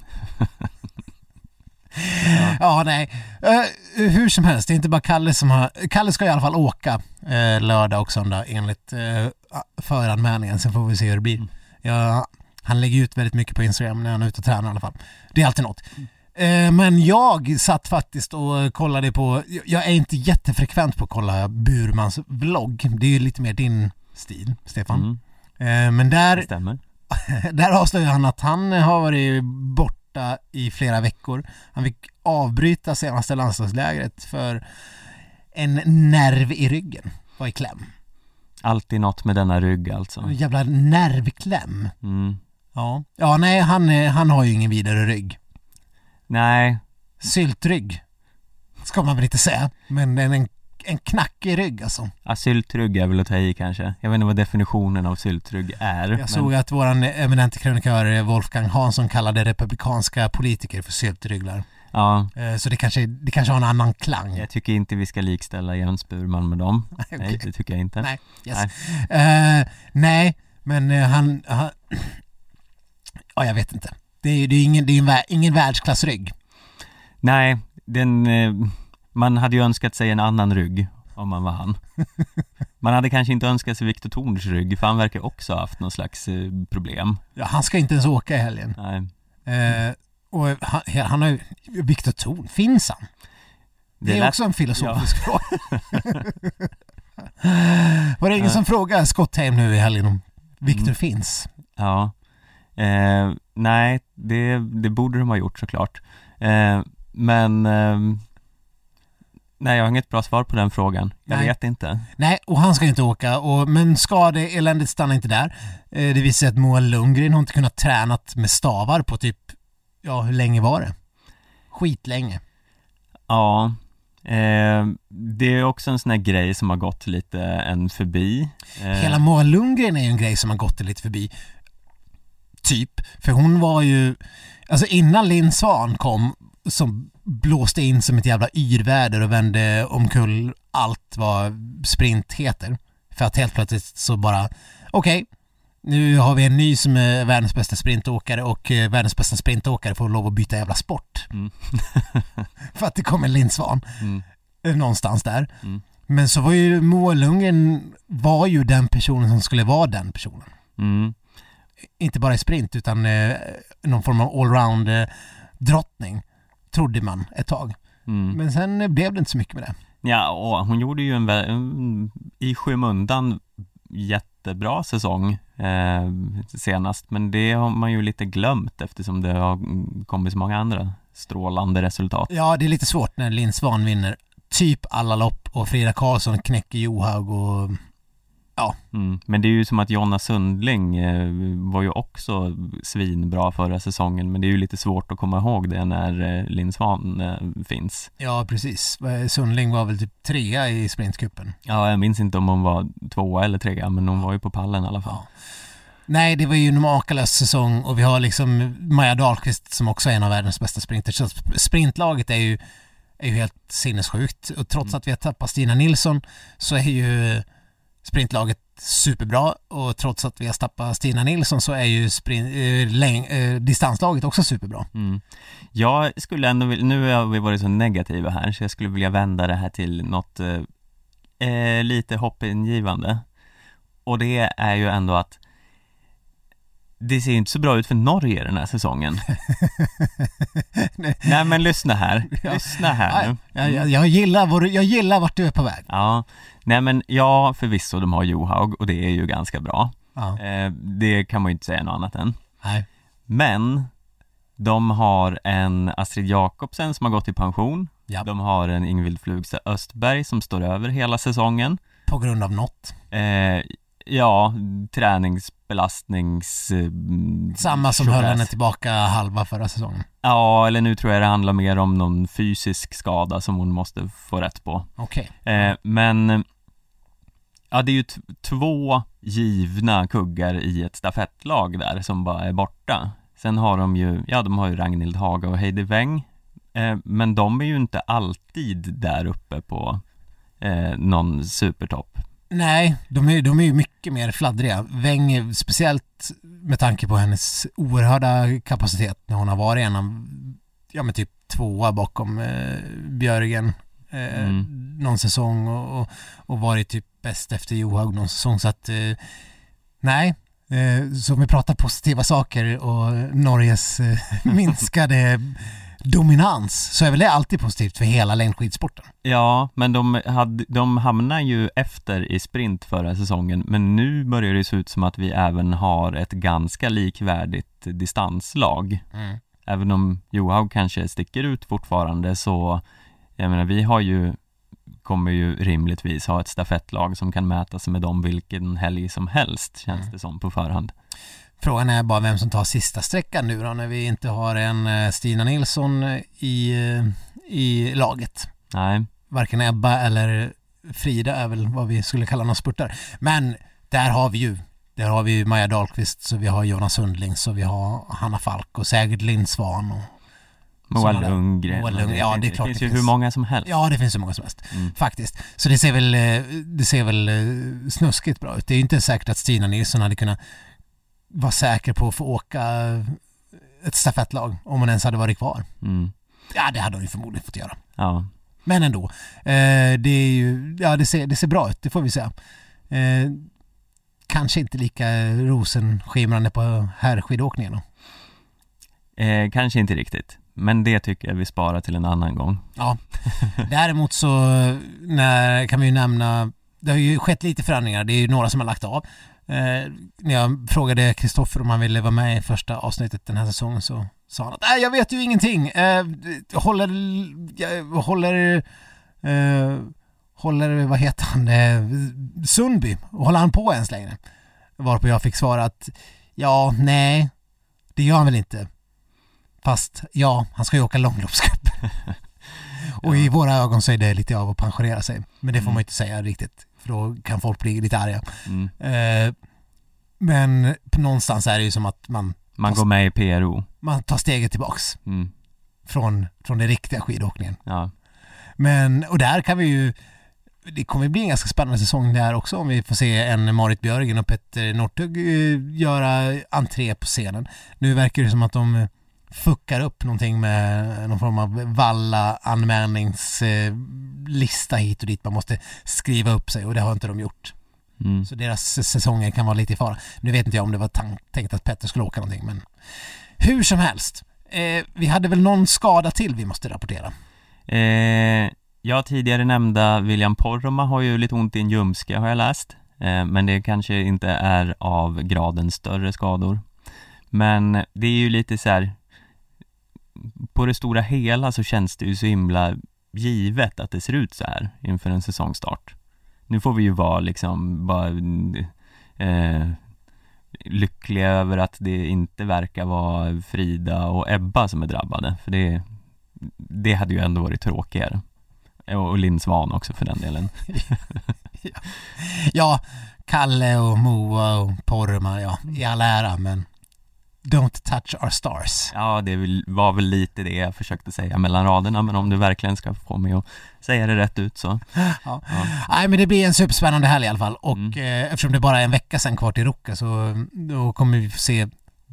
Ja. ja, nej. Uh, hur som helst, det är inte bara Kalle som har... Kalle ska i alla fall åka uh, lördag och söndag enligt uh, föranmälningen. Sen får vi se hur det blir. Mm. Ja, han lägger ut väldigt mycket på Instagram när han är ute och tränar i alla fall. Det är alltid något. Mm. Uh, men jag satt faktiskt och kollade på... Jag är inte jättefrekvent på att kolla Burmans vlogg. Det är ju lite mer din stil, Stefan. Mm. Uh, men där... Stämmer. Där avslöjar han att han har varit bort i flera veckor. Han fick avbryta senaste landslagslägret för en nerv i ryggen var i kläm. Alltid något med denna rygg alltså. En jävla nervkläm. Mm. Ja. Ja, nej, han, han har ju ingen vidare rygg. Nej. Syltrygg ska man väl inte säga, men en, en, en knackig rygg alltså. Ja, syltrygg är väl att ta i kanske. Jag vet inte vad definitionen av syltrygg är. Jag men... såg att våran eminente krönikör Wolfgang Hansson kallade republikanska politiker för syltrygglar. Ja. Så det kanske, det kanske har en annan klang. Jag tycker inte vi ska likställa Jens Burman med dem. Okay. Nej, det tycker jag inte. Nej, yes. nej. Uh, nej men uh, han... Uh, ja, jag vet inte. Det är, det är, ingen, det är ingen, ingen världsklassrygg. Nej, den... Uh, man hade ju önskat sig en annan rygg om man var han. Man hade kanske inte önskat sig Viktor Thorns rygg, för han verkar också ha haft någon slags uh, problem. Ja, han ska inte ens åka i helgen. Nej. Uh, och han, han har ju... Viktor Thorn, finns han? Det, det är lät... också en filosofisk ja. fråga. Var det ingen uh. som frågade Skottheim nu i helgen om Viktor mm. finns? Ja. Eh, nej, det, det borde de ha gjort såklart. Eh, men eh, nej, jag har inget bra svar på den frågan. Jag Nej. vet inte. Nej, och han ska inte åka. Och, men skadeeländet stannar inte där. Eh, det visar sig att Moa Lundgren har inte kunnat tränat med stavar på typ, ja, hur länge var det? Skitlänge. Ja, eh, det är också en sån här grej som har gått lite en förbi. Eh, Hela Moa Lundgren är ju en grej som har gått det lite förbi. Typ. För hon var ju, alltså innan Linn Svan kom, som blåste in som ett jävla yrväder och vände omkull allt vad sprint heter. För att helt plötsligt så bara, okej, okay, nu har vi en ny som är världens bästa sprintåkare och eh, världens bästa sprintåkare får lov att byta jävla sport. Mm. För att det kommer Linn Svan. Mm. Någonstans där. Mm. Men så var ju Moa Lundgren var ju den personen som skulle vara den personen. Mm. Inte bara i sprint utan eh, någon form av allround eh, drottning, trodde man ett tag. Mm. Men sen eh, blev det inte så mycket med det. Ja, och hon gjorde ju en, vä- en i skymundan jättebra säsong eh, senast, men det har man ju lite glömt eftersom det har kommit så många andra strålande resultat. Ja, det är lite svårt när Linn Svan vinner typ alla lopp och Frida Karlsson knäcker Johaug och ja. Mm. Men det är ju som att Jonna Sundling eh, var ju också svinbra förra säsongen, men det är ju lite svårt att komma ihåg det när eh, Linn Svan eh, finns. Ja, precis. Sundling var väl typ trea i sprintcupen. Ja, jag minns inte om hon var tvåa eller trea, men hon var ju på pallen i alla fall. Ja. Nej, det var ju en makalös säsong och vi har liksom Maja Dahlqvist som också är en av världens bästa sprinters. Så sprintlaget är ju, är ju helt sinnessjukt och trots mm. att vi har tappat Stina Nilsson så är ju sprintlaget superbra och trots att vi har tappat Stina Nilsson så är ju sprint, eh, läng, eh, distanslaget också superbra. Mm. Jag skulle ändå vilja, nu har vi varit så negativa här så jag skulle vilja vända det här till något eh, lite hoppingivande. Och det är ju ändå att det ser inte så bra ut för Norge den här säsongen. Nej. Nej men lyssna här. Ja. Lyssna här nu. Jag, jag, jag, gillar var, jag gillar vart du är på väg. Ja. Nej men ja, förvisso de har Johaug och det är ju ganska bra. Ja. Eh, det kan man ju inte säga något annat än. Nej. Men de har en Astrid Jakobsen som har gått i pension. Ja. De har en Ingvild Flugse Östberg som står över hela säsongen. På grund av något. Eh, ja, träningsbelastnings... Eh, Samma som höll henne tillbaka halva förra säsongen. Ja, eller nu tror jag det handlar mer om någon fysisk skada som hon måste få rätt på. Okej. Okay. Eh, men ja, det är ju t- två givna kuggar i ett stafettlag där som bara är borta. Sen har de ju, ja de har ju Ragnhild Haga och Heidi Weng. Eh, men de är ju inte alltid där uppe på eh, någon supertopp. Nej, de är, de är ju mycket mer fladdriga. Weng, speciellt med tanke på hennes oerhörda kapacitet när hon har varit en av, ja men typ tvåa bakom eh, Björgen eh, mm. någon säsong och, och, och varit typ bäst efter Johaug någon säsong. Så att, eh, nej, eh, så om vi pratar positiva saker och Norges eh, minskade dominans så är väl det alltid positivt för hela längdskidsporten. Ja, men de, hade, de hamnar ju efter i sprint förra säsongen, men nu börjar det se ut som att vi även har ett ganska likvärdigt distanslag. Mm. Även om Johaug kanske sticker ut fortfarande så, jag menar, vi har ju kommer ju rimligtvis ha ett stafettlag som kan mäta sig med dem vilken helg som helst, känns mm. det som på förhand. Frågan är bara vem som tar sista sträckan nu då, när vi inte har en Stina Nilsson i, i laget. Nej. Varken Ebba eller Frida är väl vad vi skulle kalla någon spurtare. Men där har vi ju där har vi Maja Dahlqvist, så vi har Jonas Sundling, så vi har Hanna Falk och säkert Linn Svan och Moa Lundgren. Moa Lundgren. Ja, det är klart det finns det ju finns. hur många som helst. Ja, det finns hur många som helst. Mm. Faktiskt. Så det ser väl det ser väl snuskigt bra ut. Det är ju inte säkert att Stina Nilsson hade kunnat vara säker på att få åka ett stafettlag om hon ens hade varit kvar. Mm. Ja, det hade hon ju förmodligen fått göra. Ja. Men ändå. Eh, det är ju, ja, det ser, det ser bra ut, det får vi säga. Eh, kanske inte lika rosenskimrande på herrskidåkningen då. Eh, kanske inte riktigt. Men det tycker jag vi sparar till en annan gång. Ja. Däremot så när, kan vi ju nämna, det har ju skett lite förändringar. Det är ju några som har lagt av. Eh, när jag frågade Kristoffer om han ville vara med i första avsnittet den här säsongen så sa han att nej, jag vet ju ingenting. Eh, håller jag håller eh, håller vad heter han eh, Sundby, håller han på ens längre? Varpå jag fick svara att ja, nej, det gör han väl inte. Fast ja, han ska ju åka långloppscup. Och i våra ögon så är det lite av att pensionera sig. Men det får Mm. man inte säga riktigt. För då kan folk bli lite arga. Mm. Eh, men på någonstans är det ju som att man, Man går med i P R O. man tar steget tillbaks Mm. från, från den riktiga skidåkningen. Ja. Men, och där kan vi ju, det kommer bli en ganska spännande säsong där också om vi får se en Marit Björgen och Petter Northug eh, göra entré på scenen. Nu verkar det som att de fuckar upp någonting med någon form av valla anmälningslista hit och dit. Man måste skriva upp sig och det har inte de gjort. Mm. Så deras säsonger kan vara lite i fara. Nu vet inte jag om det var tank- tänkt att Petter skulle åka någonting, men hur som helst. Eh, vi hade väl någon skada till vi måste rapportera. Eh, jag tidigare nämnda William Poromaa har ju lite ont i en ljumske har jag läst. Eh, men det kanske inte är av graden större skador. Men det är ju lite så här, på det stora hela så känns det ju så himla givet att det ser ut så här inför en säsongstart. Nu får vi ju vara liksom bara eh, lyckliga över att det inte verkar vara Frida och Ebba som är drabbade. För det, det hade ju ändå varit tråkigare. Och Linn Svan också för den delen. ja. ja, Kalle och Moa och Poromaa, ja, i all ära, men don't touch our stars. Ja, det var väl lite det jag försökte säga mellan raderna, men om du verkligen ska få mig att säga det rätt ut så. Ja. Ja. Nej, men det blir en superspännande helg i alla fall. Och Mm. eh, eftersom det bara är en vecka sedan kvar till Ruka så då kommer vi få se,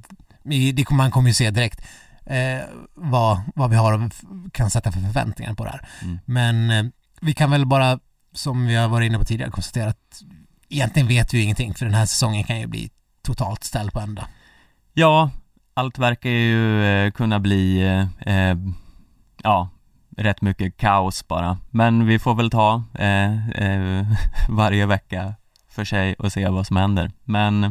det kommer, man kommer ju se direkt eh, vad, vad vi har och kan sätta för förväntningar på det här. Mm. Men eh, vi kan väl bara, som vi har varit inne på tidigare, konstatera att egentligen vet vi ju ingenting, för den här säsongen kan ju bli totalt ställd på ända. Ja, allt verkar ju eh, kunna bli eh, eh, ja, rätt mycket kaos bara. Men vi får väl ta eh, eh, varje vecka för sig och se vad som händer. Men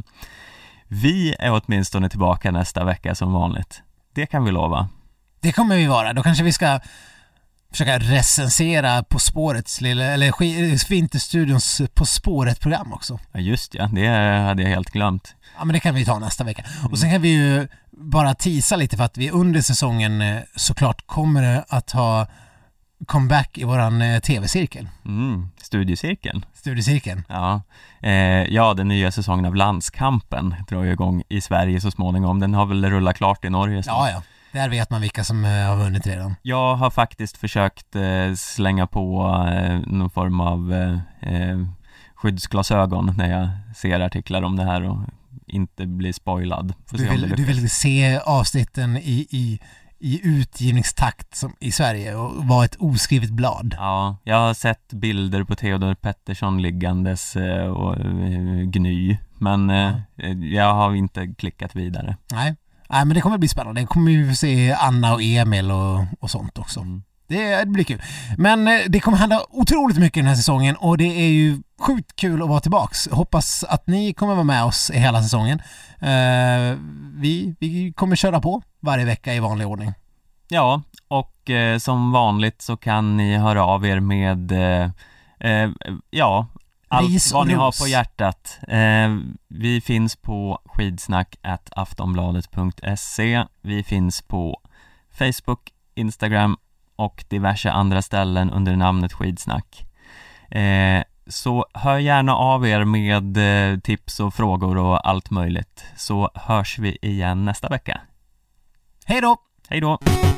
vi är åtminstone tillbaka nästa vecka som vanligt. Det kan vi lova. Det kommer vi vara. Då kanske vi ska försöka recensera På spårets lilla, eller Vinterstudions På spåret-program också. Ja, just ja, det hade jag helt glömt. Ja, men det kan vi ta nästa vecka. Och sen kan vi ju bara tisa lite för att vi under säsongen såklart kommer att ha comeback i våran tv-cirkel. Mm, studiecirkeln. Studiecirkeln. Ja, eh, ja, den nya säsongen av Landskampen drar ju igång i Sverige så småningom. Den har väl rullat klart i Norge snart. Ja, ja. Där vet man vilka som har vunnit redan. Jag har faktiskt försökt eh, slänga på eh, någon form av eh, skyddsglasögon när jag ser artiklar om det här och inte blir spoilad. Får Du se om det vill, du lyckas. vill se avsnitten i, i, i utgivningstakt som i Sverige och vara ett oskrivet blad. Ja, jag har sett bilder på Theodor Pettersson liggandes eh, och eh, gny, men eh, jag har inte klickat vidare. Nej. Nej, men det kommer bli spännande. Det kommer ju se Anna och Emil och, och sånt också. Mm. Det, det blir kul. Men eh, det kommer hända otroligt mycket den här säsongen och det är ju sjukt kul att vara tillbaks. Hoppas att ni kommer vara med oss i hela säsongen. Eh, vi, vi kommer köra på varje vecka i vanlig ordning. Ja, och eh, som vanligt så kan ni höra av er med eh, eh, ja, allt Ris och vad ni ros. har på hjärtat. Eh, vi finns på skidsnack at aftonbladet punkt se. Vi finns på Facebook, Instagram och diverse andra ställen under namnet Skidsnack. Eh, så hör gärna av er med eh, tips och frågor och allt möjligt. Så hörs vi igen nästa vecka. Hej då! Hej då!